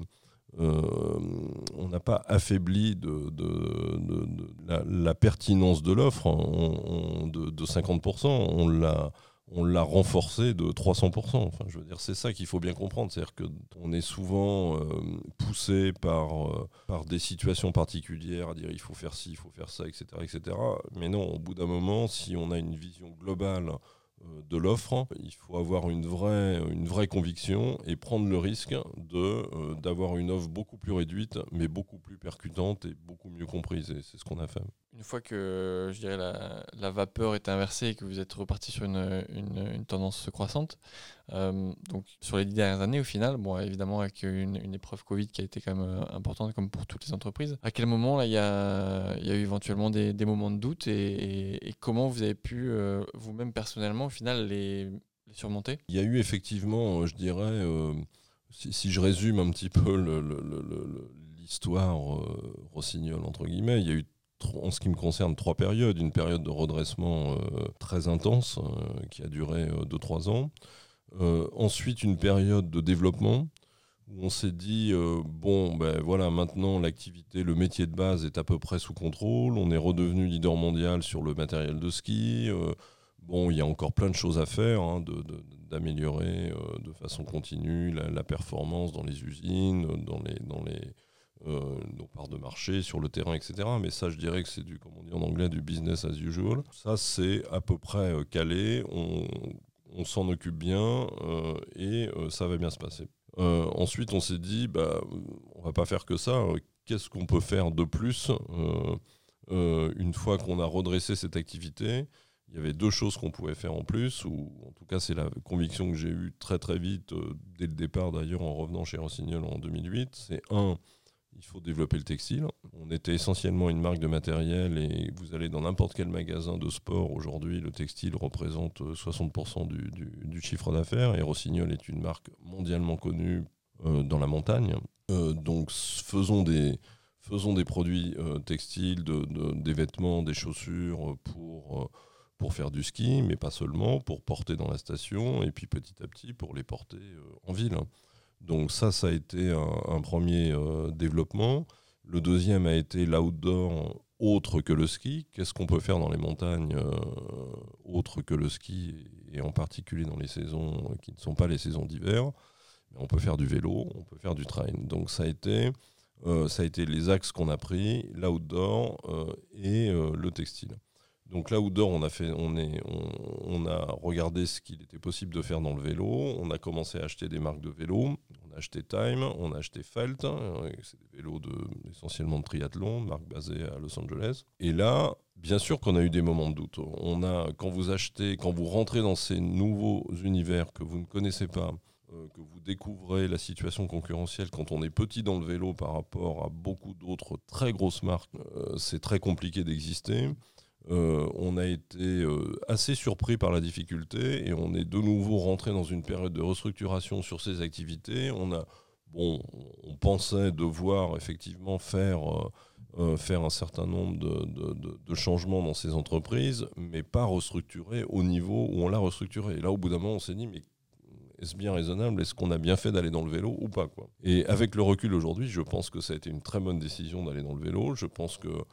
Euh, on n'a pas affaibli de, de, de, de la, la pertinence de l'offre on, on, de, de cinquante pour cent, on l'a, on l'a renforcé de trois cents pour cent. Enfin, je veux dire, c'est ça qu'il faut bien comprendre, c'est-à-dire qu'on est souvent euh, poussé par, euh, par des situations particulières à dire il faut faire ci, il faut faire ça, et cetera, et cetera. Mais non, au bout d'un moment, si on a une vision globale de l'offre, il faut avoir une vraie, une vraie conviction et prendre le risque de, euh, d'avoir une offre beaucoup plus réduite, mais beaucoup plus percutante et beaucoup mieux comprise. Et c'est ce qu'on a fait. Une fois que je dirais, la, la vapeur est inversée et que vous êtes reparti sur une, une, une tendance croissante, euh, donc sur les dix dernières années, au final, bon, évidemment avec une, une épreuve Covid qui a été quand même importante comme pour toutes les entreprises, à quel moment il y a, y a eu éventuellement des, des moments de doute et, et, et comment vous avez pu euh, vous-même personnellement au final les, les surmonter ? Il y a eu effectivement, je dirais, euh, si, si je résume un petit peu le, le, le, le, l'histoire euh, Rossignol, entre guillemets, il y a eu en ce qui me concerne, trois périodes. Une période de redressement euh, très intense euh, qui a duré euh, deux à trois ans. Euh, ensuite, une période de développement où on s'est dit, euh, bon, ben voilà, maintenant l'activité, le métier de base est à peu près sous contrôle. On est redevenu leader mondial sur le matériel de ski. Euh, bon, il y a encore plein de choses à faire, hein, de, de, d'améliorer euh, de façon continue la, la performance dans les usines, dans les... Dans les Euh, nos parts de marché sur le terrain, et cetera. Mais ça, je dirais que c'est du, comme on dit en anglais, du business as usual. Ça, c'est à peu près euh, calé. On, on s'en occupe bien euh, et euh, ça va bien se passer. Euh, ensuite, on s'est dit, bah, on va pas faire que ça. Qu'est-ce qu'on peut faire de plus euh, euh, une fois qu'on a redressé cette activité? Il y avait deux choses qu'on pouvait faire en plus, ou en tout cas c'est la conviction que j'ai eue très très vite, euh, dès le départ d'ailleurs en revenant chez Rossignol en deux mille huit. C'est un, il faut développer le textile. On était essentiellement une marque de matériel et vous allez dans n'importe quel magasin de sport aujourd'hui, le textile représente soixante pour cent du, du, du chiffre d'affaires et Rossignol est une marque mondialement connue euh, dans la montagne. Euh, donc faisons des, faisons des produits euh, textiles, de, de, des vêtements, des chaussures pour, euh, pour faire du ski, mais pas seulement, pour porter dans la station et puis petit à petit pour les porter euh, en ville. Donc ça, ça a été un, un premier euh, développement. Le deuxième a été l'outdoor autre que le ski. Qu'est-ce qu'on peut faire dans les montagnes euh, autre que le ski, et en particulier dans les saisons qui ne sont pas les saisons d'hiver. On peut faire du vélo, on peut faire du trail. Donc ça a été, euh, ça a été les axes qu'on a pris, l'outdoor euh, et euh, le textile. Donc l'outdoor, on a fait, on est, on, on a regardé ce qu'il était possible de faire dans le vélo. On a commencé à acheter des marques de vélos. On a acheté Time, on a acheté Felt. C'est des vélos de, essentiellement de triathlon, marque basée à Los Angeles. Et là, bien sûr qu'on a eu des moments de doute. On a, quand vous achetez, quand vous rentrez dans ces nouveaux univers que vous ne connaissez pas, euh, que vous découvrez la situation concurrentielle, quand on est petit dans le vélo par rapport à beaucoup d'autres très grosses marques, euh, c'est très compliqué d'exister. Euh, on a été euh, assez surpris par la difficulté et on est de nouveau rentré dans une période de restructuration sur ces activités. On a, bon, on pensait devoir effectivement faire, euh, euh, faire un certain nombre de, de, de, de changements dans ces entreprises, mais pas restructurer au niveau où on l'a restructuré. Et là, au bout d'un moment, on s'est dit, mais est-ce bien raisonnable? Est-ce qu'on a bien fait d'aller dans le vélo ou pas, quoi? Et avec le recul aujourd'hui, je pense que ça a été une très bonne décision d'aller dans le vélo. Je pense que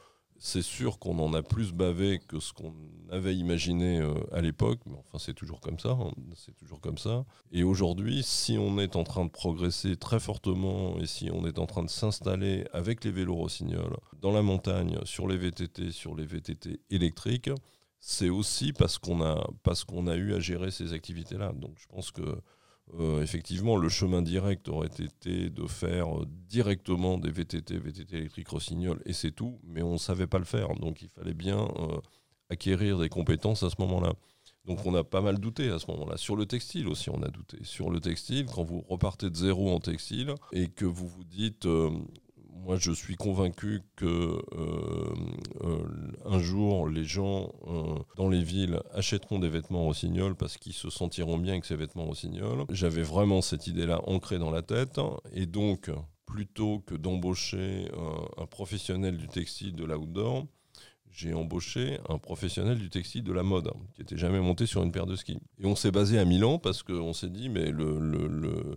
c'est sûr qu'on en a plus bavé que ce qu'on avait imaginé euh, à l'époque, mais enfin c'est toujours comme ça, hein, c'est toujours comme ça. Et aujourd'hui, si on est en train de progresser très fortement et si on est en train de s'installer avec les vélos Rossignol dans la montagne, sur les V T T, sur les V T T électriques, c'est aussi parce qu'on a, parce qu'on a eu à gérer ces activités-là. Donc je pense que Euh, effectivement, le chemin direct aurait été de faire euh, directement des V T T, V T T électriques Rossignol, et c'est tout, mais on ne savait pas le faire. Donc il fallait bien euh, acquérir des compétences à ce moment-là. Donc on a pas mal douté à ce moment-là. Sur le textile aussi, on a douté. Sur le textile, quand vous repartez de zéro en textile et que vous vous dites... Euh, moi, je suis convaincu que euh, euh, un jour, les gens euh, dans les villes achèteront des vêtements Rossignol parce qu'ils se sentiront bien avec ces vêtements Rossignol. J'avais vraiment cette idée-là ancrée dans la tête. Et donc, plutôt que d'embaucher un, un professionnel du textile de l'outdoor, j'ai embauché un professionnel du textile de la mode qui n'était jamais monté sur une paire de skis. Et on s'est basé à Milan parce qu'on s'est dit, mais le... le, le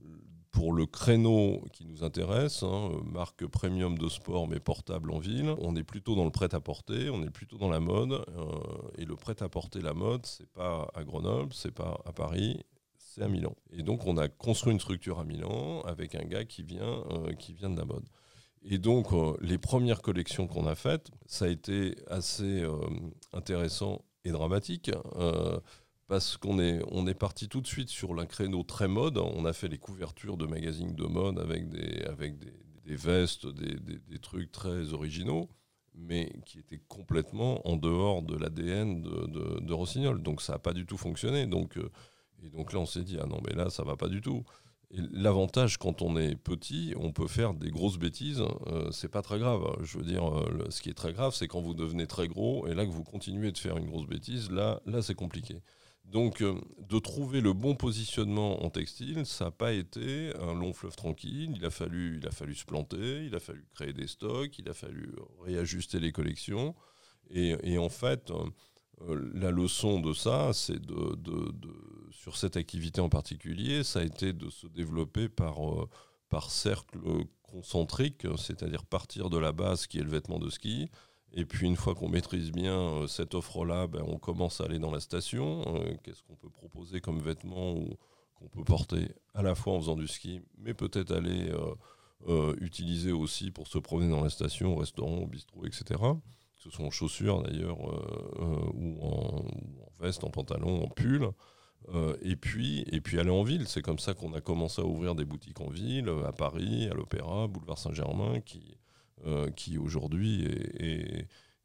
pour le créneau qui nous intéresse, hein, marque premium de sport mais portable en ville, on est plutôt dans le prêt-à-porter, on est plutôt dans la mode. Euh, et le prêt-à-porter, la mode, c'est pas à Grenoble, c'est pas à Paris, c'est à Milan. Et donc on a construit une structure à Milan avec un gars qui vient, euh, qui vient de la mode. Et donc euh, les premières collections qu'on a faites, ça a été assez euh, intéressant et dramatique. Euh, Parce qu'on est, on est parti tout de suite sur un créneau très mode. On a fait les couvertures de magazines de mode avec des, avec des, des vestes, des, des, des trucs très originaux, mais qui étaient complètement en dehors de l'A D N de, de, de Rossignol. Donc ça n'a pas du tout fonctionné. Donc, euh, et donc là, on s'est dit, ah non, mais là, ça ne va pas du tout. Et l'avantage, quand on est petit, on peut faire des grosses bêtises, euh, c'est pas très grave. Je veux dire, euh, le, ce qui est très grave, c'est quand vous devenez très gros et là que vous continuez de faire une grosse bêtise, là, là c'est compliqué. Donc, euh, de trouver le bon positionnement en textile, ça n'a pas été un long fleuve tranquille. Il a fallu, il a fallu se planter, il a fallu créer des stocks, il a fallu réajuster les collections. Et, et en fait, euh, la leçon de ça, c'est de, de, de, sur cette activité en particulier, ça a été de se développer par, euh, par cercle concentrique, c'est-à-dire partir de la base qui est le vêtement de ski. Et puis une fois qu'on maîtrise bien euh, cette offre-là, ben, on commence à aller dans la station. Euh, qu'est-ce qu'on peut proposer comme vêtements ou, qu'on peut porter à la fois en faisant du ski, mais peut-être aller euh, euh, utiliser aussi pour se promener dans la station, au restaurant, au bistrot, et cetera. Que ce soit en chaussures d'ailleurs, euh, euh, ou, en, ou en veste, en pantalon, en pull. Euh, et, puis, et puis aller en ville. C'est comme ça qu'on a commencé à ouvrir des boutiques en ville, à Paris, à l'Opéra, boulevard Saint-Germain, qui... Euh, qui aujourd'hui est, est,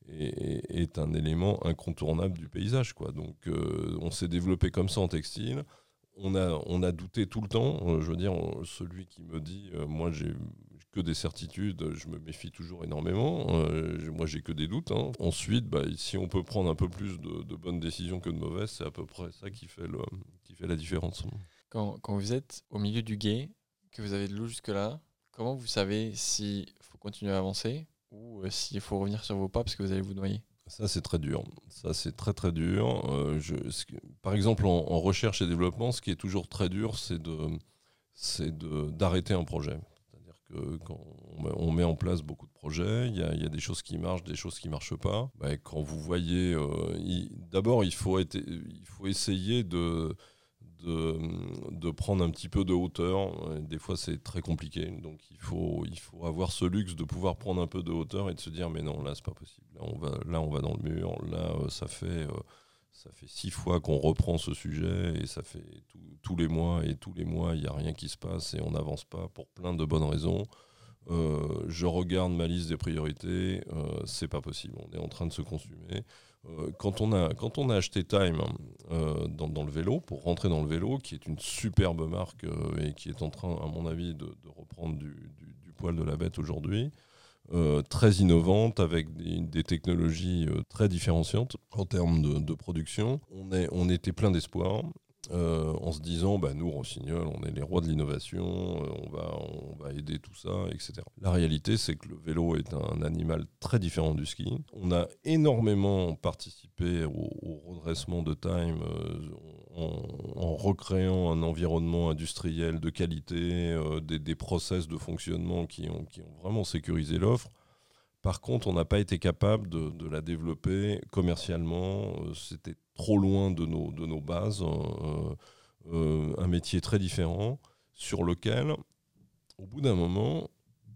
est, est un élément incontournable du paysage, quoi. Donc euh, on s'est développé comme ça en textile. On a, on a douté tout le temps. Euh, je veux dire, celui qui me dit euh, moi j'ai que des certitudes, je me méfie toujours énormément. Euh, moi j'ai que des doutes. Hein. Ensuite, bah, si on peut prendre un peu plus de, de bonnes décisions que de mauvaises, c'est à peu près ça qui fait, le, qui fait la différence. Quand, quand vous êtes au milieu du gué, que vous avez de l'eau jusque-là, comment vous savez s'il faut continuer à avancer ou euh, s'il faut revenir sur vos pas parce que vous allez vous noyer? Ça, c'est très dur. Ça, c'est très, très dur. Euh, je, ce, par exemple, en, en recherche et développement, ce qui est toujours très dur, c'est, de, c'est de, d'arrêter un projet. C'est-à-dire que quand on met en place beaucoup de projets, il y a, il y a des choses qui marchent, des choses qui ne marchent pas. Bah, quand vous voyez... Euh, il, d'abord, il faut, être, il faut essayer de... De, de prendre un petit peu de hauteur. Des fois, c'est très compliqué. Donc, il faut, il faut avoir ce luxe de pouvoir prendre un peu de hauteur et de se dire, mais non, là, c'est pas possible. Là, on va, là, on va dans le mur. Là, ça fait, ça fait six fois qu'on reprend ce sujet et ça fait tout, tous les mois. Et tous les mois, il n'y a rien qui se passe et on n'avance pas pour plein de bonnes raisons. Euh, je regarde ma liste des priorités. Euh, c'est pas possible. On est en train de se consumer. Quand on, a, quand on a acheté Time euh, dans, dans le vélo, pour rentrer dans le vélo, qui est une superbe marque euh, et qui est en train, à mon avis, de, de reprendre du, du, du poil de la bête aujourd'hui, euh, très innovante, avec des, des technologies euh, très différenciantes en termes de, de production, on, est, on était plein d'espoir. Euh, en se disant, bah, nous, Rossignol, on est les rois de l'innovation, euh, on, va, on va aider tout ça, et cetera. La réalité, c'est que le vélo est un animal très différent du ski. On a énormément participé au, au redressement de Time euh, en, en recréant un environnement industriel de qualité, euh, des, des process de fonctionnement qui ont, qui ont vraiment sécurisé l'offre. Par contre, on n'a pas été capable de, de la développer commercialement. Euh, C'était trop loin de nos, de nos bases. Euh, euh, un métier très différent sur lequel, au bout d'un moment,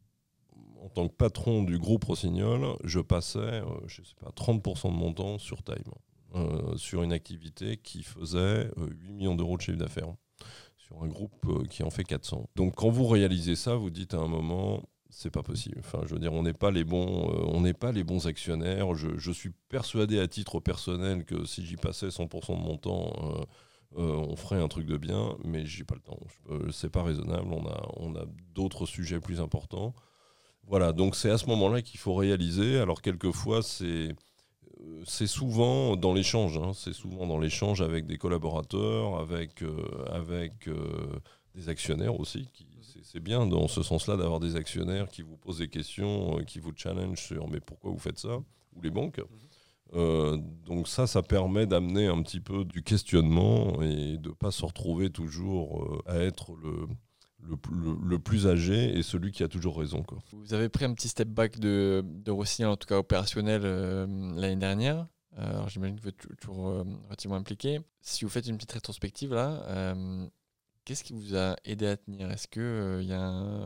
en tant que patron du groupe Rossignol, je passais, euh, je sais pas, trente pour cent de mon temps sur Time, euh, sur une activité qui faisait euh, huit millions d'euros de chiffre d'affaires, sur un groupe euh, qui en fait quatre cents. Donc quand vous réalisez ça, vous dites à un moment... c'est pas possible. Enfin, je veux dire, on n'est pas les bons, euh, on n'est pas les bons actionnaires. Je, je suis persuadé à titre personnel que si j'y passais cent pour cent de mon temps, euh, euh, on ferait un truc de bien, mais j'ai pas le temps. Je, c'est pas raisonnable. On a, on a d'autres sujets plus importants. Voilà. Donc c'est à ce moment-là qu'il faut réaliser. Alors quelquefois, c'est euh, c'est souvent dans l'échange. Hein, c'est souvent dans l'échange avec des collaborateurs, avec euh, avec euh, des actionnaires aussi. Qui, c'est, c'est bien dans ce sens-là d'avoir des actionnaires qui vous posent des questions, euh, qui vous challenge sur mais pourquoi vous faites ça, ou les banques. Euh, donc ça, ça permet d'amener un petit peu du questionnement et de ne pas se retrouver toujours euh, à être le, le, le, le plus âgé et celui qui a toujours raison, quoi. Vous avez pris un petit step back de, de Rossignol, en tout cas opérationnel, euh, l'année dernière. Euh, alors j'imagine que vous êtes toujours euh, relativement impliqué. Si vous faites une petite rétrospective là, euh, qu'est-ce qui vous a aidé à tenir ? Est-ce qu'il euh, y a un,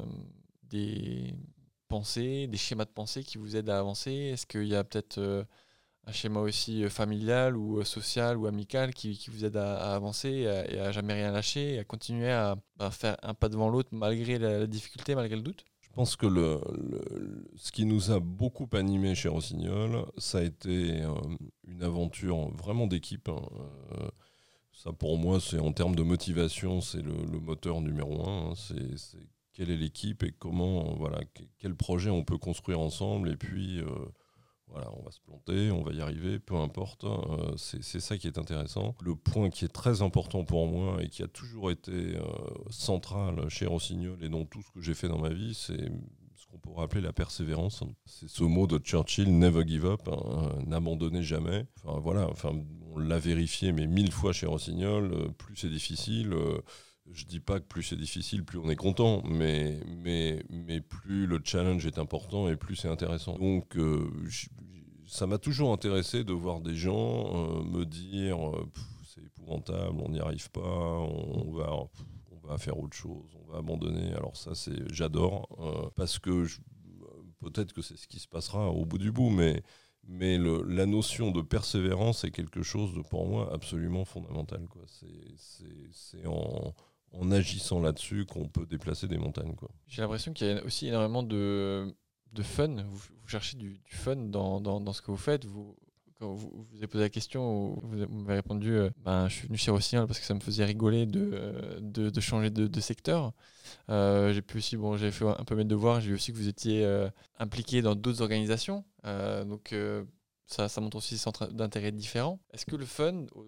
des pensées, des schémas de pensée qui vous aident à avancer ? Est-ce qu'il y a peut-être euh, un schéma aussi familial ou social ou amical qui, qui vous aide à, à avancer et à, et à jamais rien lâcher et à continuer à, à faire un pas devant l'autre malgré la, la difficulté, malgré le doute ? Je pense que le, le, ce qui nous a beaucoup animé chez Rossignol, ça a été euh, une aventure vraiment d'équipe. Hein. Euh, ça, pour moi, c'est en termes de motivation, c'est le, le moteur numéro un. Hein. C'est, c'est quelle est l'équipe et comment, voilà, quel projet on peut construire ensemble. Et puis, euh, voilà, on va se planter, on va y arriver, peu importe. Euh, c'est, c'est ça qui est intéressant. Le point qui est très important pour moi et qui a toujours été euh, central chez Rossignol et dans tout ce que j'ai fait dans ma vie, c'est ce qu'on pourrait appeler la persévérance. C'est ce mot de Churchill, never give up, hein, n'abandonnez jamais. Enfin, voilà, enfin, on l'a vérifié mais mille fois chez Rossignol, euh, plus c'est difficile... Euh, je dis pas que plus c'est difficile, plus on est content, mais, mais, mais plus le challenge est important et plus c'est intéressant. Donc, euh, j- ça m'a toujours intéressé de voir des gens euh, me dire euh, c'est épouvantable, on n'y arrive pas, on va, on va faire autre chose, on va abandonner. Alors ça, c'est, j'adore, euh, parce que je, peut-être que c'est ce qui se passera au bout du bout, mais... Mais le, la notion de persévérance est quelque chose de, pour moi, absolument fondamental, quoi. C'est, c'est, c'est en, en agissant là-dessus qu'on peut déplacer des montagnes, quoi. J'ai l'impression qu'il y a aussi énormément de, de fun. Vous, vous cherchez du, du fun dans, dans, dans ce que vous faites. Vous, quand vous, vous avez posé la question, vous, vous m'avez répondu euh, ben, je suis venu chez Rossignol parce que ça me faisait rigoler de, de, de changer de, de secteur. Euh, j'ai pu aussi, bon, j'ai fait un peu mes devoirs. J'ai vu aussi que vous étiez euh, impliqué dans d'autres organisations. Euh, donc, euh, ça, ça montre aussi des centres d'intérêt différents. Est-ce que le fun, au,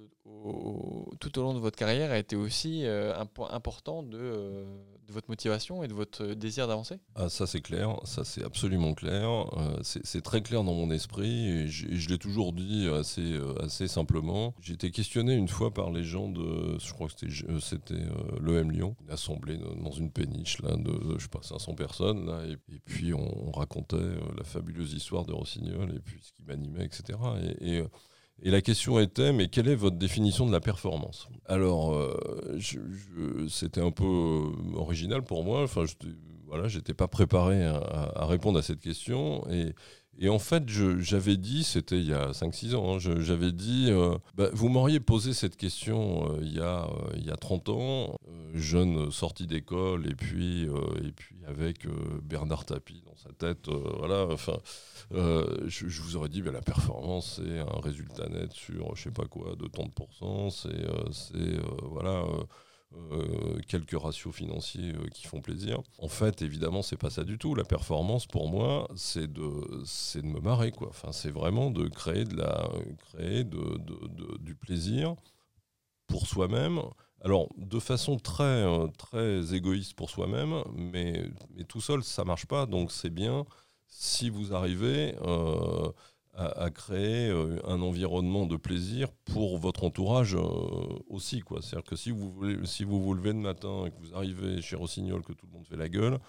au, tout au long de votre carrière, a été aussi euh, un point important de, euh, de votre motivation et de votre désir d'avancer ? Ah, ça c'est clair, ça c'est absolument clair. Euh, c'est, c'est très clair dans mon esprit et je, et je l'ai toujours dit assez, euh, assez simplement. J'ai été questionné une fois par les gens de, je crois que c'était, c'était euh, l'E M Lyon, une assemblée dans une péniche là, de, je sais pas, cinq cents personnes. Là, et, et puis on, on racontait euh, la fabuleuse histoire de Rossignol et puis ce qui m'animait, et cetera. Et, et, et la question était, mais quelle est votre définition de la performance ? Alors, euh, je, je, c'était un peu euh, original pour moi. Enfin, je, voilà, j'étais pas préparé à, à répondre à cette question. Et, et en fait, je, j'avais dit, c'était il y a cinq six ans, hein, je, j'avais dit, euh, bah, vous m'auriez posé cette question euh, il, y a, euh, il y a trente ans, euh, jeune sorti d'école, et puis, euh, et puis avec euh, Bernard Tapie dans sa tête, euh, voilà, enfin, euh, je, je vous aurais dit, bah, la performance, c'est un résultat net sur, je sais pas quoi, de tant de pourcents, c'est, euh, c'est euh, voilà... Euh, Euh, quelques ratios financiers euh, qui font plaisir. En fait, évidemment, c'est pas ça du tout. La performance, pour moi, c'est de, c'est de me marrer, quoi. Enfin, c'est vraiment de créer, de la, créer de, de, de, du plaisir pour soi-même. Alors, de façon très, euh, très égoïste pour soi-même, mais, mais tout seul, ça marche pas. Donc, c'est bien si vous arrivez... Euh, À, à créer euh, un environnement de plaisir pour votre entourage euh, aussi, quoi. C'est-à-dire que si vous, voulez, si vous vous levez le matin et que vous arrivez chez Rossignol, que tout le monde fait la gueule,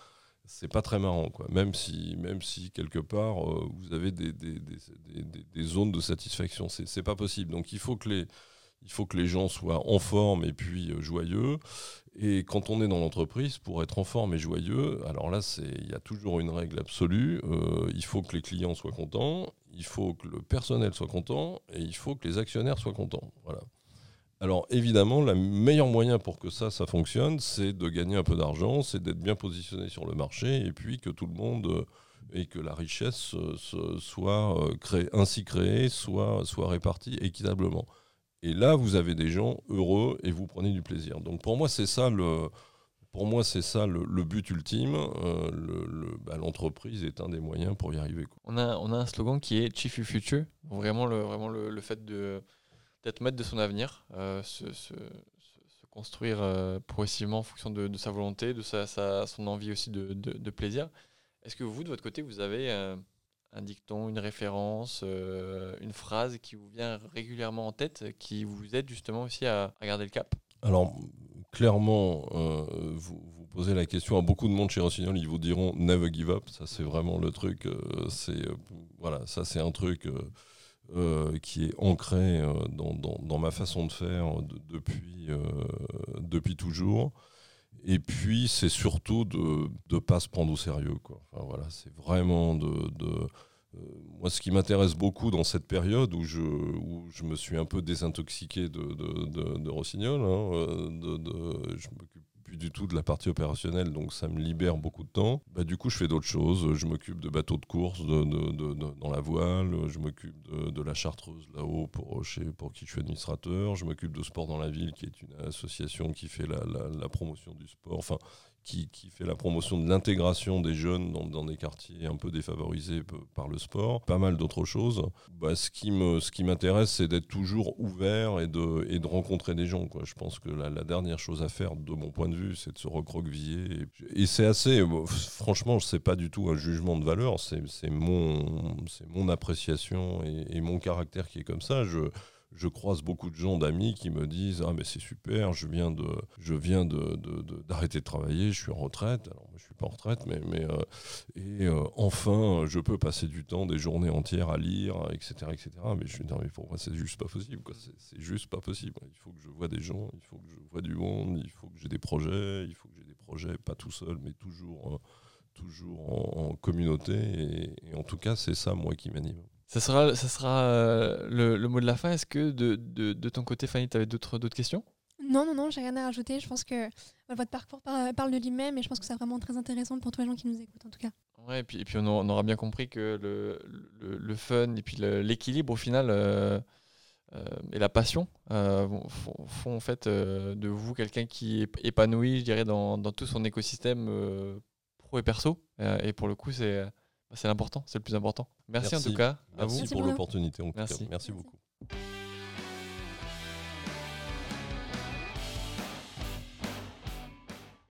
c'est pas très marrant, quoi. Même si, même si quelque part, euh, vous avez des, des, des, des, des, des zones de satisfaction. C'est, c'est pas possible. Donc il faut que les, il faut que les gens soient en forme et puis euh, joyeux. Et quand on est dans l'entreprise, pour être en forme et joyeux, alors là, c'est, il y a toujours une règle absolue. Euh, il faut que les clients soient contents, il faut que le personnel soit content et il faut que les actionnaires soient contents. Voilà. Alors évidemment, le meilleur moyen pour que ça, ça fonctionne, c'est de gagner un peu d'argent, c'est d'être bien positionné sur le marché et puis que tout le monde euh, et que la richesse euh, se- soit euh, créée, ainsi créée, soit, soit répartie équitablement. Et là, vous avez des gens heureux et vous prenez du plaisir. Donc pour moi, c'est ça le, pour moi, c'est ça le, le but ultime. Euh, le, le- bah, l'entreprise est un des moyens pour y arriver, quoi. On a, on a un slogan qui est Chief You Future. Vraiment, le, vraiment le, le fait de, d'être maître de son avenir, euh, se, se, se- se construire euh, progressivement en fonction de, de sa volonté, de sa, sa- son envie aussi de, de, de plaisir. Est-ce que vous, de votre côté, vous avez euh, un dicton, une référence, euh, une phrase qui vous vient régulièrement en tête, qui vous aide justement aussi à, à garder le cap? Alors, clairement, euh, vous, vous posez la question à beaucoup de monde chez Rossignol, ils vous diront never give up. Ça, c'est vraiment le truc. euh, c'est, euh, voilà, ça, c'est un truc euh, euh, qui est ancré euh, dans, dans- dans ma façon de faire de- depuis, euh, depuis toujours. Et puis, c'est surtout de ne pas se prendre au sérieux, quoi. Enfin, voilà, c'est vraiment de. de- euh, moi, ce qui m'intéresse beaucoup dans cette période où je, où je me suis un peu désintoxiqué de, de, de, de Rossignol, hein, euh, de, de- je m'occupe plus du tout de la partie opérationnelle, donc ça me libère beaucoup de temps. Bah, du coup, je fais d'autres choses. Je m'occupe de bateaux de course de, de- de- de- dans la voile. Je m'occupe de, de la Chartreuse là-haut pour, chez, pour qui je suis administrateur. Je m'occupe de Sport dans la ville, qui est une association qui fait la, la- la promotion du sport. Enfin, qui, qui fait la promotion de l'intégration des jeunes dans, dans des quartiers un peu défavorisés p- par le sport, pas mal d'autres choses. Bah, ce qui me, ce qui m'intéresse, c'est d'être toujours ouvert et de, et de rencontrer des gens, quoi. Je pense que la, la dernière chose à faire, de mon point de vue, c'est de se recroqueviller. Et, et c'est assez, bon, franchement, c'est pas du tout un jugement de valeur, c'est, c'est, mon, c'est mon appréciation et, et mon caractère qui est comme ça. Je, je croise beaucoup de gens, d'amis qui me disent ah mais c'est super, je viens de je viens de, de- de- d'arrêter de travailler, je suis en retraite. Alors moi je suis pas en retraite, mais mais euh, et euh, enfin je peux passer du temps, des journées entières à lire, et cetera et cetera. Mais je suis non mais pour moi c'est juste pas possible, quoi. C'est, c'est juste pas possible. Il faut que je vois des gens, il faut que je vois du monde, il faut que j'ai des projets, il faut que j'ai des projets pas tout seul, mais toujours euh, toujours en, en communauté. Et, et en tout cas c'est ça moi qui m'anime. Ça sera, ça sera euh, le, le mot de la fin. Est-ce que de, de, de ton côté, Fanny, tu avais d'autres, d'autres questions? Non, non, non, j'ai rien à rajouter. Je pense que bah, votre parcours par- parle de lui-même et je pense que c'est vraiment très intéressant pour tous les gens qui nous écoutent en tout cas. Ouais, et puis, et puis on, aura, on aura bien compris que le, le, le fun et puis le- l'équilibre au final euh, euh, et la passion euh, vont- font, font en fait euh, de vous quelqu'un qui est épanoui, je dirais, dans, dans tout son écosystème euh, pro et perso. Euh, et pour le coup, c'est, c'est l'important, c'est le plus important. Merci, en tout cas à Merci vous. Merci pour Bruno. l'opportunité. En tout cas. Merci. Merci Merci. beaucoup.